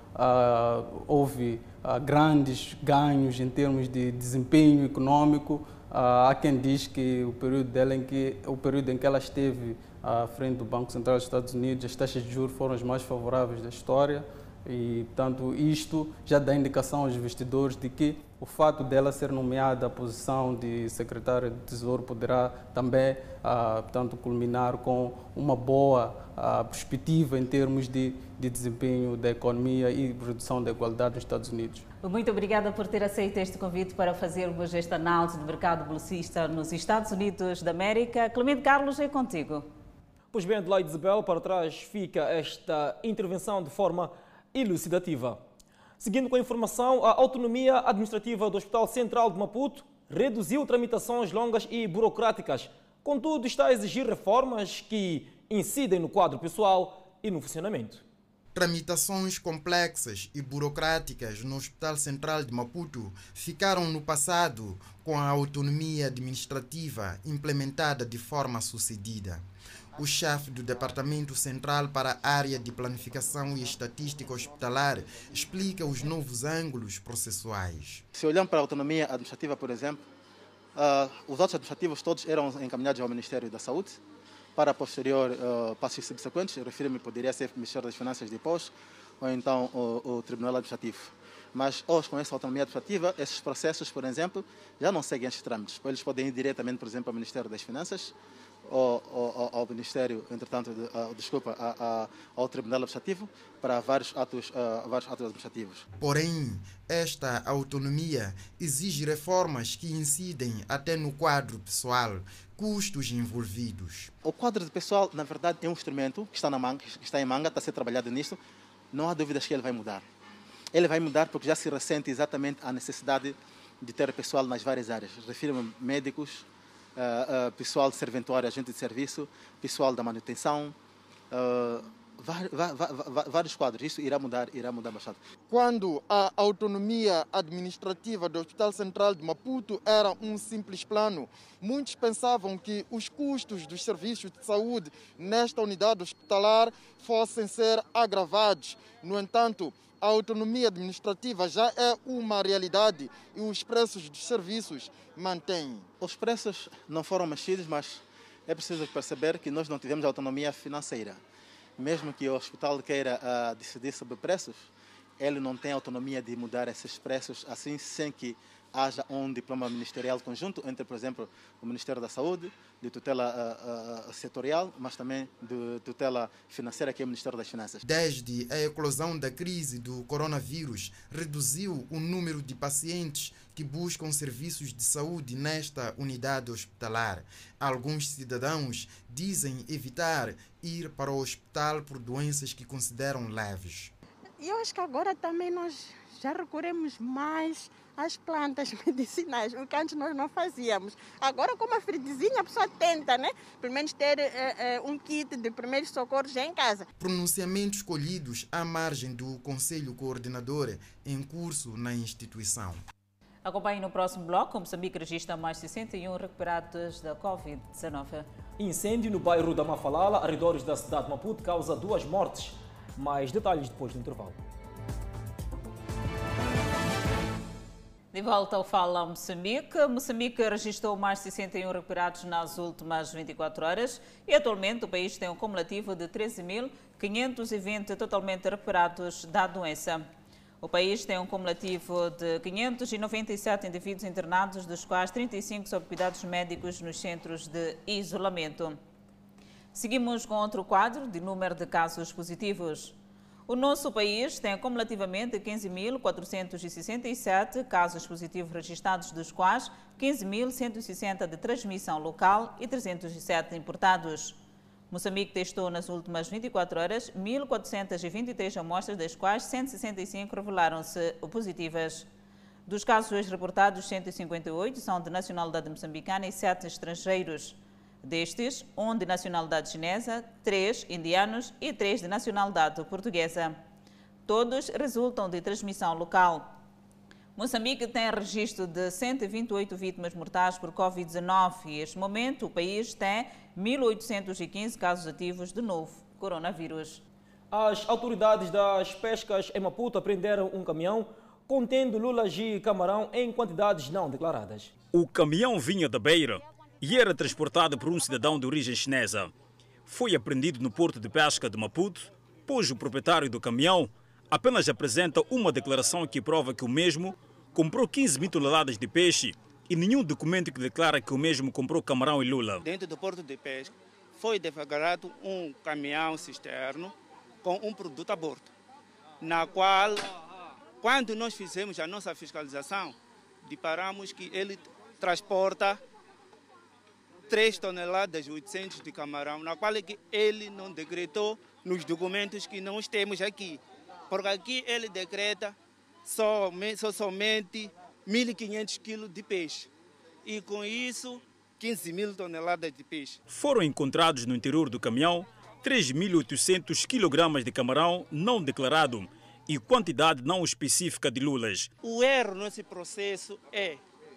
houve grandes ganhos em termos de desempenho econômico. Há quem diz que o período em que ela esteve à frente do Banco Central dos Estados Unidos, as taxas de juros foram as mais favoráveis da história. E, portanto, isto já dá indicação aos investidores de que o fato dela ser nomeada à posição de secretária de Tesouro poderá também, portanto, culminar com uma boa perspectiva em termos de desempenho da economia e redução da igualdade nos Estados Unidos. Muito obrigada por ter aceito este convite para fazermos esta análise do mercado bolsista nos Estados Unidos da América. Clemente Carlos, é contigo. Pois bem, Adelaide Isabel, para trás fica esta intervenção de forma elucidativa. Seguindo com a informação, a autonomia administrativa do Hospital Central de Maputo reduziu tramitações longas e burocráticas. Contudo, está a exigir reformas que incidem no quadro pessoal e no funcionamento. Tramitações complexas e burocráticas no Hospital Central de Maputo ficaram no passado com a autonomia administrativa implementada de forma sucedida. O chefe do Departamento Central para a Área de Planificação e Estatística Hospitalar explica os novos ângulos processuais. Se olhamos para a autonomia administrativa, por exemplo, os atos administrativos todos eram encaminhados ao Ministério da Saúde. Para posterior passos subsequentes, refiro-me, poderia ser o Ministério das Finanças depois, ou então o Tribunal Administrativo. Mas hoje, com essa autonomia administrativa, esses processos, por exemplo, já não seguem estes trâmites. Eles podem ir diretamente, por exemplo, ao Ministério das Finanças, ao Ministério, entretanto, ao Tribunal Administrativo para vários atos administrativos. Porém, esta autonomia exige reformas que incidem até no quadro pessoal, custos envolvidos. O quadro de pessoal, na verdade, é um instrumento que está em manga, está a ser trabalhado nisto. Não há dúvidas que ele vai mudar. Ele vai mudar porque já se ressente exatamente a necessidade de ter pessoal nas várias áreas. Refiro-me médicos, pessoal de serventuário, agente de serviço, pessoal da manutenção, vários quadros. Isso irá mudar bastante. Quando a autonomia administrativa do Hospital Central de Maputo era um simples plano, muitos pensavam que os custos dos serviços de saúde nesta unidade hospitalar fossem ser agravados. No entanto, a autonomia administrativa já é uma realidade e os preços dos serviços mantêm. Os preços não foram mexidos, mas é preciso perceber que nós não tivemos autonomia financeira. Mesmo que o hospital queira decidir sobre preços, ele não tem autonomia de mudar esses preços assim sem que haja um diploma ministerial conjunto entre, por exemplo, o Ministério da Saúde, de tutela setorial, mas também de tutela financeira, que é o Ministério das Finanças. Desde a eclosão da crise do coronavírus, reduziu o número de pacientes que buscam serviços de saúde nesta unidade hospitalar. Alguns cidadãos dizem evitar ir para o hospital por doenças que consideram leves. Eu acho que agora também nós já recorremos mais às plantas medicinais, o que antes nós não fazíamos. Agora, como a fridezinha, a pessoa tenta, né? Pelo menos ter um kit de primeiros socorros já em casa. Pronunciamentos colhidos à margem do Conselho Coordenador em curso na instituição. Acompanhe no próximo bloco. Moçambique registra mais 61 recuperados da Covid-19. Incêndio no bairro da Mafalala, arredores da cidade de Maputo, causa 2 mortes. Mais detalhes depois do intervalo. De volta ao Fala Moçambique. Moçambique registrou mais 61 recuperados nas últimas 24 horas e atualmente o país tem um cumulativo de 13.520 totalmente recuperados da doença. O país tem um cumulativo de 597 indivíduos internados, dos quais 35 sob cuidados médicos nos centros de isolamento. Seguimos com outro quadro de número de casos positivos. O nosso país tem acumulativamente 15.467 casos positivos registrados, dos quais 15.160 de transmissão local e 307 importados. Moçambique testou nas últimas 24 horas 1.423 amostras, das quais 165 revelaram-se positivas. Dos casos hoje reportados, 158 são de nacionalidade moçambicana e 7 estrangeiros. Destes, 1 de nacionalidade chinesa, 3 indianos e 3 de nacionalidade portuguesa. Todos resultam de transmissão local. Moçambique tem registro de 128 vítimas mortais por Covid-19 e, neste momento, o país tem 1.815 casos ativos de novo coronavírus. As autoridades das pescas em Maputo apreenderam um caminhão contendo lulas e camarão em quantidades não declaradas. O caminhão vinha da Beira e era transportado por um cidadão de origem chinesa. Foi apreendido no porto de pesca de Maputo, pois o proprietário do caminhão apenas apresenta uma declaração que prova que o mesmo comprou 15 mil toneladas de peixe e nenhum documento que declara que o mesmo comprou camarão e lula. Dentro do porto de pesca foi deflagrado um caminhão cisterno com um produto a bordo, na qual, quando nós fizemos a nossa fiscalização, deparamos que ele transporta 3 toneladas e 800 de camarão, na qual ele não decretou nos documentos que nós temos aqui. Porque aqui ele decreta somente 1.500 quilos de peixe. E com isso, 15 mil toneladas de peixe. Foram encontrados no interior do caminhão 3.800 quilogramas de camarão não declarado e quantidade não específica de lulas. O erro nesse processo é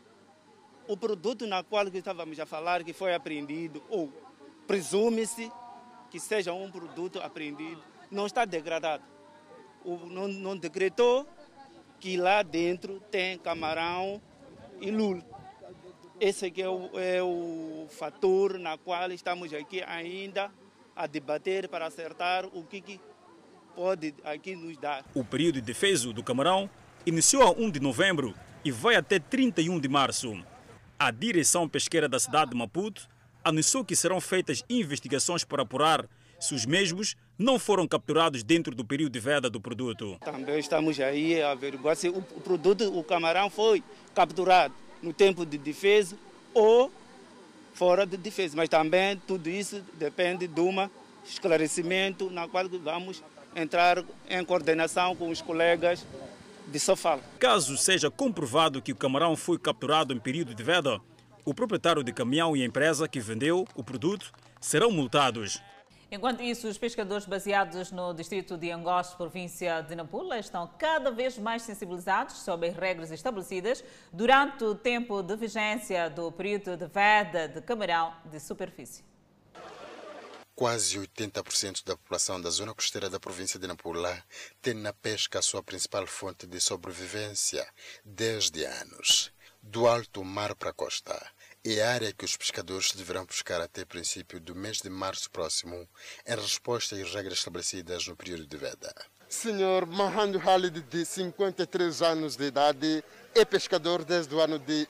o produto na qual estávamos a falar que foi apreendido, ou presume-se que seja um produto apreendido, não está degradado. Não decretou que lá dentro tem camarão e lula. Esse aqui é o fator na qual estamos aqui ainda a debater para acertar o que pode aqui nos dar. O período de defesa do camarão iniciou a 1 de novembro e vai até 31 de março. A direção pesqueira da cidade de Maputo anunciou que serão feitas investigações para apurar se os mesmos não foram capturados dentro do período de veda do produto. Também estamos aí a averiguar se o produto, o camarão, foi capturado no tempo de defesa ou fora de defesa. Mas também tudo isso depende de um esclarecimento na qual vamos entrar em coordenação com os colegas de Sofala. Caso seja comprovado que o camarão foi capturado em período de veda, o proprietário do caminhão e a empresa que vendeu o produto serão multados. Enquanto isso, os pescadores baseados no distrito de Angoche, província de Nampula, estão cada vez mais sensibilizados sobre as regras estabelecidas durante o tempo de vigência do período de veda de camarão de superfície. Quase 80% da população da zona costeira da província de Nampula tem na pesca a sua principal fonte de sobrevivência desde anos. Do alto mar para a costa, é a área que os pescadores deverão pescar até princípio do mês de março próximo, em resposta às regras estabelecidas no período de veda. Senhor Mahando Halid, de 53 anos de idade, é pescador desde o ano de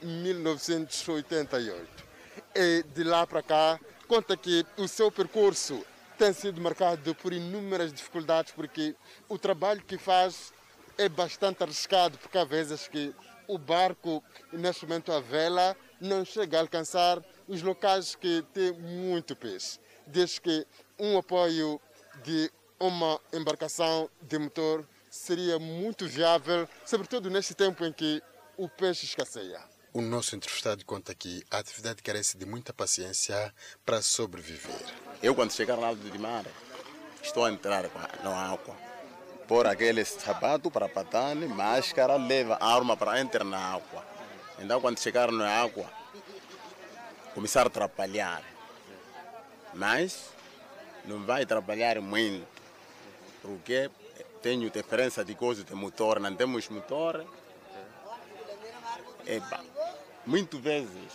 1988. E de lá para cá, conta que o seu percurso tem sido marcado por inúmeras dificuldades, porque o trabalho que faz é bastante arriscado, porque há vezes que o barco, neste momento a vela, não chega a alcançar os locais que têm muito peixe. Desde que um apoio de uma embarcação de motor seria muito viável, sobretudo neste tempo em que o peixe escasseia. O nosso entrevistado conta que a atividade carece de muita paciência para sobreviver. Eu, quando chegar lá de mar, estou a entrar na água. Pôr aquele sapato para patane, máscara, leva a arma para entrar na água. Então, quando chegar na água, começar a atrapalhar. Mas não vai atrapalhar muito, porque tenho diferença de coisa de motor. Não temos motor, muitas vezes,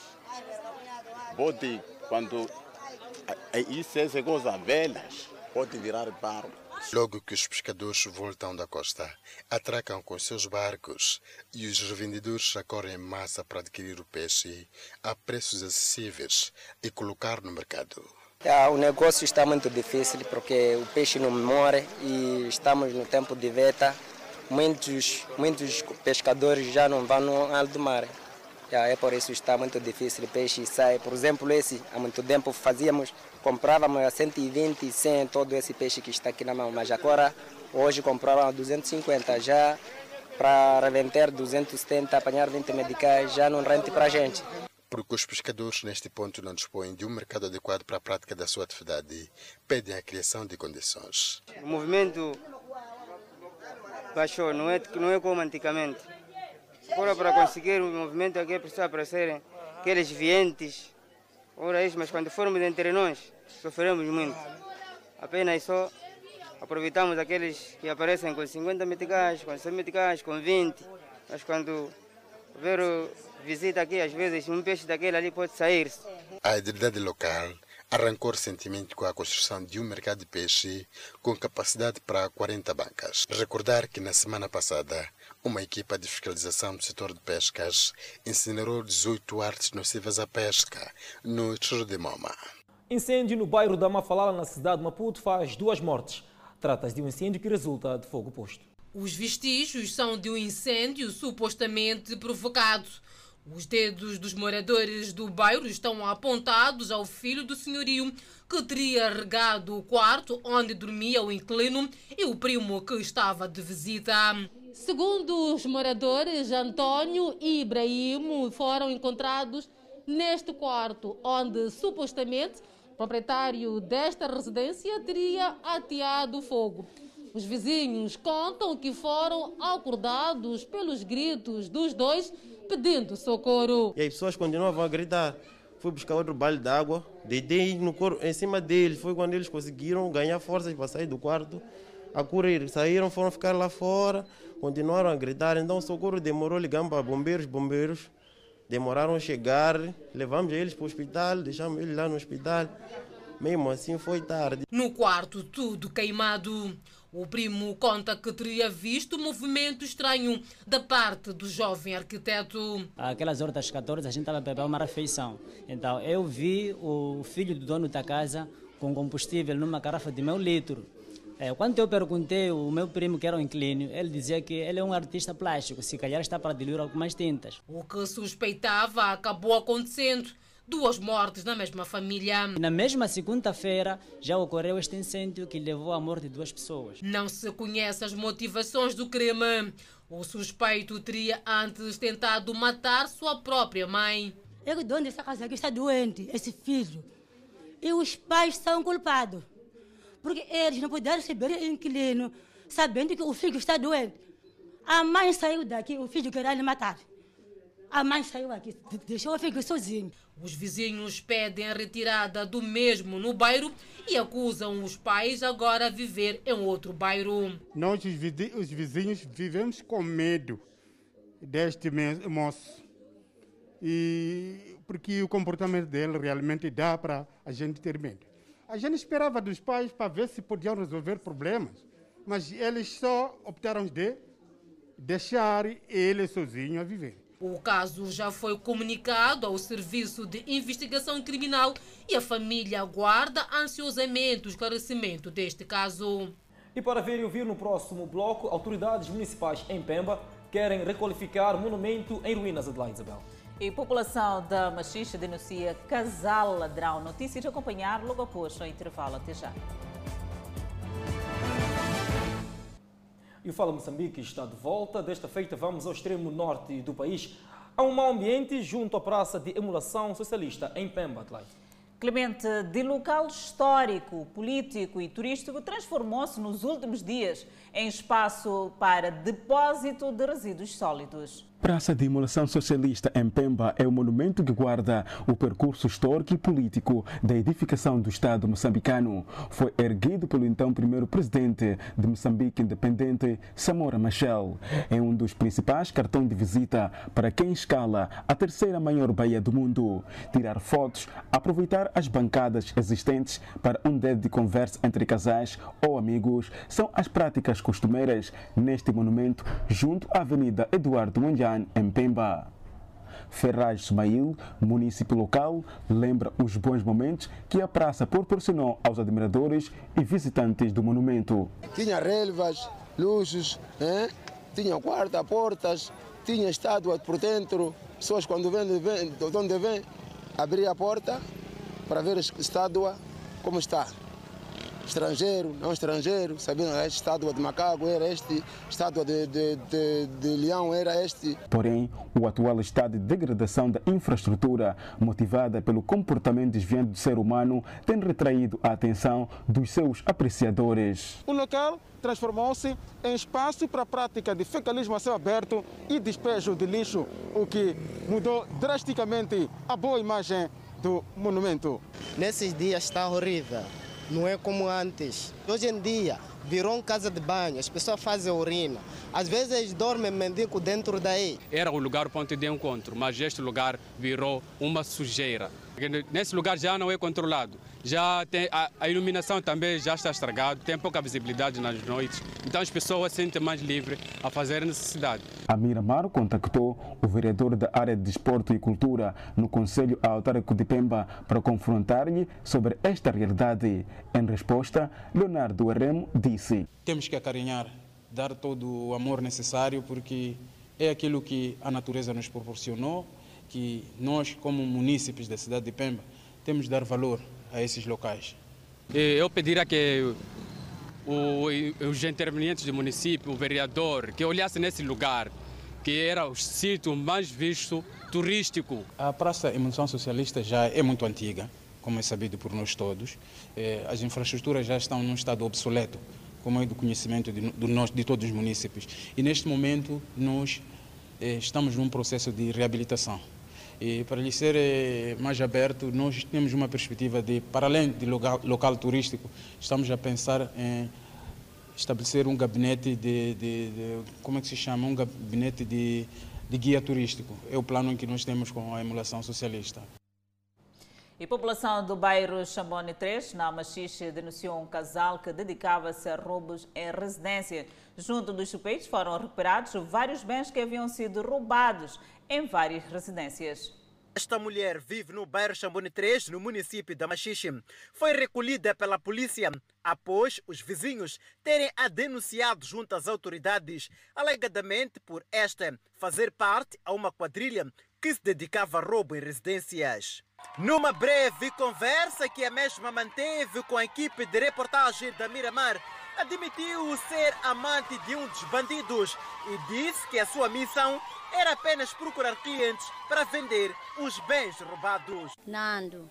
pode, quando isso é coisa velhas, pode virar barco. Logo que os pescadores voltam da costa, atracam com seus barcos e os revendedores acorrem em massa para adquirir o peixe a preços acessíveis e colocar no mercado. O negócio está muito difícil porque o peixe não morre e estamos no tempo de veta. Muitos pescadores já não vão no alto mar. É por isso que está muito difícil, o peixe sai. Por exemplo, esse, há muito tempo comprávamos a 120, 100, todo esse peixe que está aqui na mão. Mas agora, hoje comprávamos a 250, já para revender 270, apanhar 20 medicais, já não rende para a gente. Porque os pescadores neste ponto não dispõem de um mercado adequado para a prática da sua atividade, pedem a criação de condições. O movimento baixou, não é como antigamente. Agora, para conseguir o movimento aqui, precisa aparecerem aqueles vientes. Ora isso, mas quando formos entre nós, sofremos muito. Apenas só aproveitamos aqueles que aparecem com 50 meticais, com 100 meticais, com 20. Mas quando houver visita aqui, às vezes um peixe daquele ali pode sair. A autoridade local arrancou recentemente com a construção de um mercado de peixe com capacidade para 40 bancas. Recordar que na semana passada, uma equipa de fiscalização do setor de pescas incinerou 18 artes nocivas à pesca no estreito de Moma. Incêndio no bairro da Mafalala, na cidade de Maputo, faz 2 mortes. Trata-se de um incêndio que resulta de fogo posto. Os vestígios são de um incêndio supostamente provocado. Os dedos dos moradores do bairro estão apontados ao filho do senhorio, que teria regado o quarto onde dormia o inquilino, e o primo que estava de visita. Segundo os moradores, Antônio e Ibrahim foram encontrados neste quarto, onde supostamente o proprietário desta residência teria ateado fogo. Os vizinhos contam que foram acordados pelos gritos dos dois pedindo socorro. E as pessoas continuavam a gritar. Fui buscar outro balde de água, deitei em cima deles. Foi quando eles conseguiram ganhar forças para sair do quarto, a correr. Saíram, foram ficar lá fora, continuaram a gritar. Então o socorro demorou, ligamos para bombeiros demoraram a chegar, levamos eles para o hospital, deixamos eles lá no hospital. Mesmo assim foi tarde. No quarto, tudo queimado. O primo conta que teria visto movimento estranho da parte do jovem arquiteto. Aquelas horas das 14 a gente estava preparando uma refeição. Então eu vi o filho do dono da casa com combustível numa garrafa de meio litro. Quando eu perguntei ao meu primo, que era um inquilino, ele dizia que ele é um artista plástico, se calhar está para diluir algumas tintas. O que suspeitava acabou acontecendo. 2 mortes na mesma família. Na mesma segunda-feira já ocorreu este incêndio que levou à morte de 2 pessoas. Não se conhece as motivações do crime. O suspeito teria antes tentado matar sua própria mãe. O dono dessa casa aqui está doente, esse filho. E os pais são culpados. Porque eles não puderam receber o inquilino, sabendo que o filho está doente. A mãe saiu daqui, o filho queria lhe matar. A mãe saiu aqui, deixou o filho sozinho. Os vizinhos pedem a retirada do mesmo no bairro e acusam os pais agora a viver em outro bairro. Nós, os vizinhos, vivemos com medo deste moço. Porque o comportamento dele realmente dá para a gente ter medo. A gente esperava dos pais para ver se podiam resolver problemas, mas eles só optaram de deixar ele sozinho a viver. O caso já foi comunicado ao Serviço de Investigação Criminal e a família aguarda ansiosamente o esclarecimento deste caso. E para ver e ouvir no próximo bloco, autoridades municipais em Pemba querem requalificar monumento em ruínas, Adelaide Isabel. E a população da Machixe denuncia casal ladrão. Notícias a acompanhar logo após o intervalo. Até já. E o Fala Moçambique está de volta. Desta feita vamos ao extremo norte do país. Há um mau ambiente junto à Praça de Emulação Socialista em Pemba, Adelaide. Clemente, de local histórico, político e turístico, transformou-se nos últimos dias em espaço para depósito de resíduos sólidos. Praça de Imolação Socialista em Pemba é o monumento que guarda o percurso histórico e político da edificação do Estado moçambicano. Foi erguido pelo então primeiro presidente de Moçambique independente, Samora Machel. É um dos principais cartões de visita para quem escala a terceira maior baía do mundo. Tirar fotos, aproveitar as bancadas existentes para um dedo de conversa entre casais ou amigos são as práticas costumeiras neste monumento junto à Avenida Eduardo Mondlane, em Pemba. Ferraz Ismail, município local, lembra os bons momentos que a praça proporcionou aos admiradores e visitantes do monumento. Tinha relvas, luzes, tinha portas, tinha estátua por dentro. Pessoas quando vêm, de onde vêm, abrir a porta para ver a estátua como está. Estrangeiro, não estrangeiro, sabendo esta estátua de macaco era este, estátua de leão era este. Porém, o atual estado de degradação da infraestrutura, motivada pelo comportamento desviante do ser humano, tem retraído a atenção dos seus apreciadores. O local transformou-se em espaço para a prática de fecalismo a céu aberto e despejo de lixo, o que mudou drasticamente a boa imagem do monumento. Nesses dias está horrível. Não é como antes. Hoje em dia, virou uma casa de banho, as pessoas fazem urina. Às vezes dormem mendigo dentro daí. Era o lugar ponto de encontro, mas este lugar virou uma sujeira. Nesse lugar já não é controlado. Já tem, a iluminação também já está estragada, tem pouca visibilidade nas noites. Então as pessoas se sentem mais livres a fazer necessidade. A Miramar contactou o vereador da área de desporto e cultura no Conselho Autárquico de Pemba para confrontar-lhe sobre esta realidade. Em resposta, Leonardo Remo disse: temos que acarinhar, dar todo o amor necessário, porque é aquilo que a natureza nos proporcionou, que nós, como munícipes da cidade de Pemba, temos de dar valor a esses locais. Eu pediria que os intervenientes do município, o vereador, que olhasse nesse lugar, que era o sítio mais visto turístico. A Praça Imolação Socialista já é muito antiga, como é sabido por nós todos. As infraestruturas já estão num estado obsoleto, como é do conhecimento de todos os munícipes. E neste momento nós estamos num processo de reabilitação. E para lhe ser mais aberto, nós temos uma perspectiva de, para além de local turístico, estamos a pensar em estabelecer um gabinete como é que se chama? Um gabinete de guia turístico. É o plano que nós temos com a Imolação Socialista. E a população do bairro Chambone 3, na Machixe, denunciou um casal que dedicava-se a roubos em residência. Junto dos suspeitos foram recuperados vários bens que haviam sido roubados em várias residências. Esta mulher vive no bairro Chambone 3, no município da Machixe. Foi recolhida pela polícia após os vizinhos terem a denunciado junto às autoridades, alegadamente por esta fazer parte a uma quadrilha que se dedicava a roubo em residências. Numa breve conversa que a mesma manteve com a equipe de reportagem da Miramar, admitiu ser amante de um dos bandidos e disse que a sua missão era apenas procurar clientes para vender os bens roubados. Nando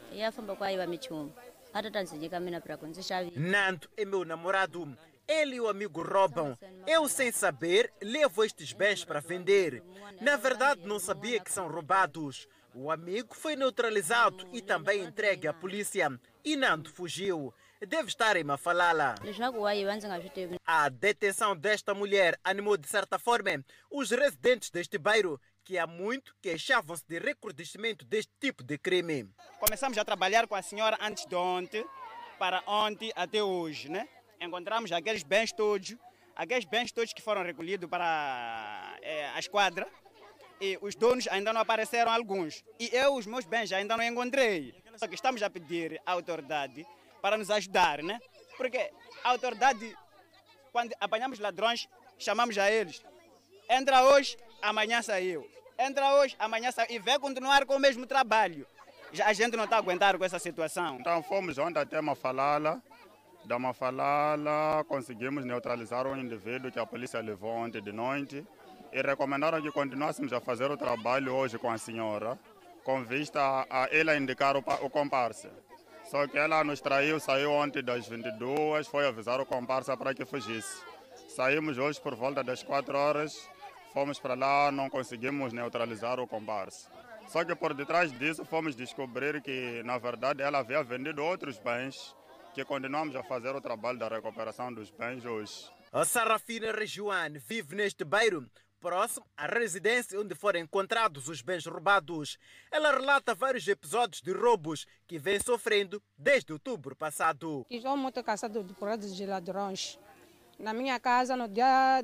é meu namorado. Ele e o amigo roubam. Eu, sem saber, levo estes bens para vender. Na verdade, não sabia que são roubados. O amigo foi neutralizado e também entregue à polícia. E Nando fugiu. Deve estar em Mafalala. A detenção desta mulher animou de certa forma os residentes deste bairro, que há muito queixavam-se de recrudescimento deste tipo de crime. Começamos a trabalhar com a senhora antes de ontem, para ontem até hoje, né? Encontramos aqueles bens todos que foram recolhidos para a esquadra, e os donos ainda não apareceram alguns. E os meus bens ainda não encontrei. Só que estamos a pedir à autoridade para nos ajudar, né? Porque a autoridade, quando apanhamos ladrões, chamamos a eles. Entra hoje, amanhã saiu. Entra hoje, amanhã saiu. E vai continuar com o mesmo trabalho. Já a gente não está aguentando com essa situação. Então fomos ontem até Mafalala. Da Mafalala conseguimos neutralizar um indivíduo que a polícia levou ontem de noite. E recomendaram que continuássemos a fazer o trabalho hoje com a senhora, com vista a ela indicar o comparsa. Só que ela nos traiu, saiu ontem das 22, foi avisar o comparsa para que fugisse. Saímos hoje por volta das 4 horas, fomos para lá, não conseguimos neutralizar o comparsa. Só que por detrás disso fomos descobrir que, na verdade, ela havia vendido outros bens, que continuamos a fazer o trabalho da recuperação dos bens hoje. A Sarrafina Rejuane vive neste bairro, próximo à residência onde foram encontrados os bens roubados. Ela relata vários episódios de roubos que vem sofrendo desde outubro passado. Estou muito cansado de ladrões. Na minha casa, no dia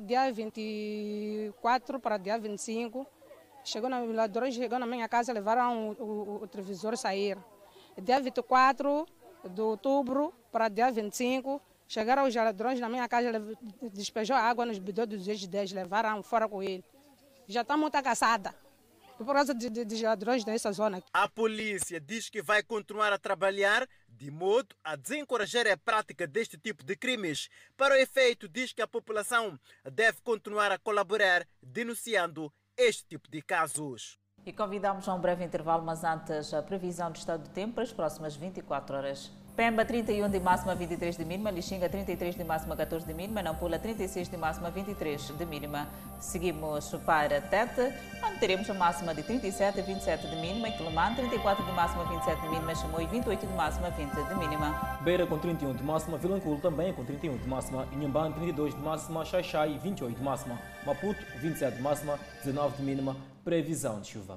24 para dia 25, ladrões chegou na minha casa e levaram o televisor sair. Dia 24 de outubro para dia 25, chegaram os ladrões na minha casa, despejou água nos bidões dos G10, levaram fora com ele. Já está muito cansada por causa de ladrões nessa zona. A polícia diz que vai continuar a trabalhar de modo a desencorajar a prática deste tipo de crimes. Para o efeito, diz que a população deve continuar a colaborar denunciando este tipo de casos. E convidamos a um breve intervalo, mas antes a previsão do estado do tempo para as próximas 24 horas. Pemba 31 de máxima, 23 de mínima. Lixinga 33 de máxima, 14 de mínima. Nampula 36 de máxima, 23 de mínima. Seguimos para Tete, onde teremos a máxima de 37 e 27 de mínima. Em Quelimane 34 de máxima, 27 de mínima. Chimoio 28 de máxima, 20 de mínima. Beira com 31 de máxima. Vilanculo também com 31 de máxima. Inhambane 32 de máxima. Xaixai 28 de máxima. Maputo 27 de máxima, 19 de mínima. Previsão de chuva.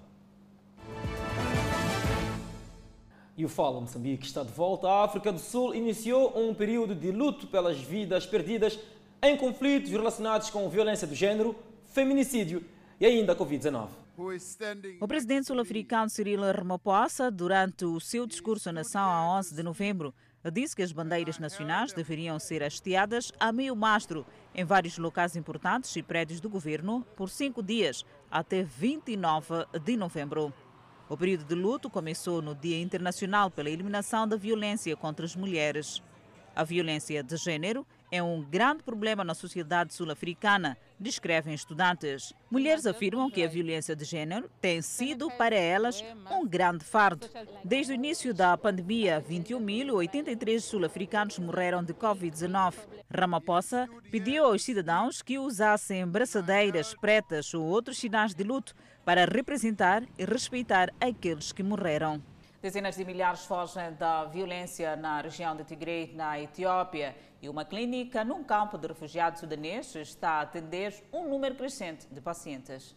E o Fala Moçambique está de volta. A África do Sul iniciou um período de luto pelas vidas perdidas em conflitos relacionados com violência do género, feminicídio e ainda a Covid-19. O presidente sul-africano Cyril Ramaphosa, durante o seu discurso à nação a 11 de novembro, disse que as bandeiras nacionais deveriam ser hasteadas a meio mastro em vários locais importantes e prédios do governo por 5 dias, até 29 de novembro. O período de luto começou no Dia Internacional pela Eliminação da Violência contra as Mulheres. A violência de género é um grande problema na sociedade sul-africana, descrevem estudantes. Mulheres afirmam que a violência de género tem sido para elas um grande fardo. Desde o início da pandemia, 21.083 sul-africanos morreram de Covid-19. Ramaphosa pediu aos cidadãos que usassem braçadeiras pretas ou outros sinais de luto para representar e respeitar aqueles que morreram. Dezenas de milhares fogem da violência na região de Tigray, na Etiópia, e uma clínica num campo de refugiados sudaneses está a atender um número crescente de pacientes.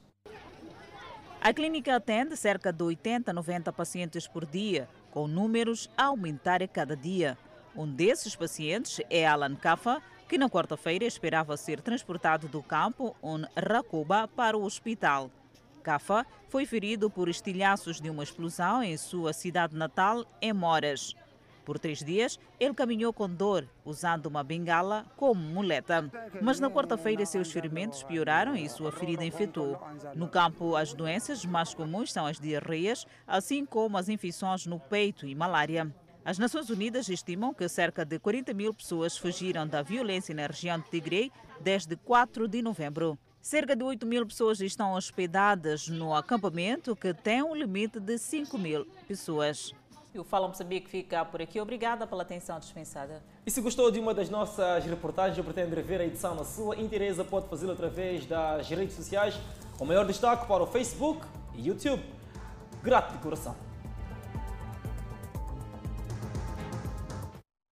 A clínica atende cerca de 80 a 90 pacientes por dia, com números a aumentar a cada dia. Um desses pacientes é Alan Kafa, que na quarta-feira esperava ser transportado do campo Rakuba para o hospital. Kafa foi ferido por estilhaços de uma explosão em sua cidade natal, em Moras. Por 3 dias, ele caminhou com dor, usando uma bengala como muleta. Mas na quarta-feira, seus ferimentos pioraram e sua ferida infectou. No campo, as doenças mais comuns são as diarreias, assim como as infecções no peito e malária. As Nações Unidas estimam que cerca de 40 mil pessoas fugiram da violência na região de Tigray desde 4 de novembro. Cerca de 8 mil pessoas estão hospedadas no acampamento, que tem um limite de 5 mil pessoas. E o Fala Moçambique fica por aqui. Obrigada pela atenção dispensada. E se gostou de uma das nossas reportagens ou pretende rever a edição na sua inteireza, pode fazê-lo através das redes sociais, com maior destaque para o Facebook e YouTube. Grato de coração.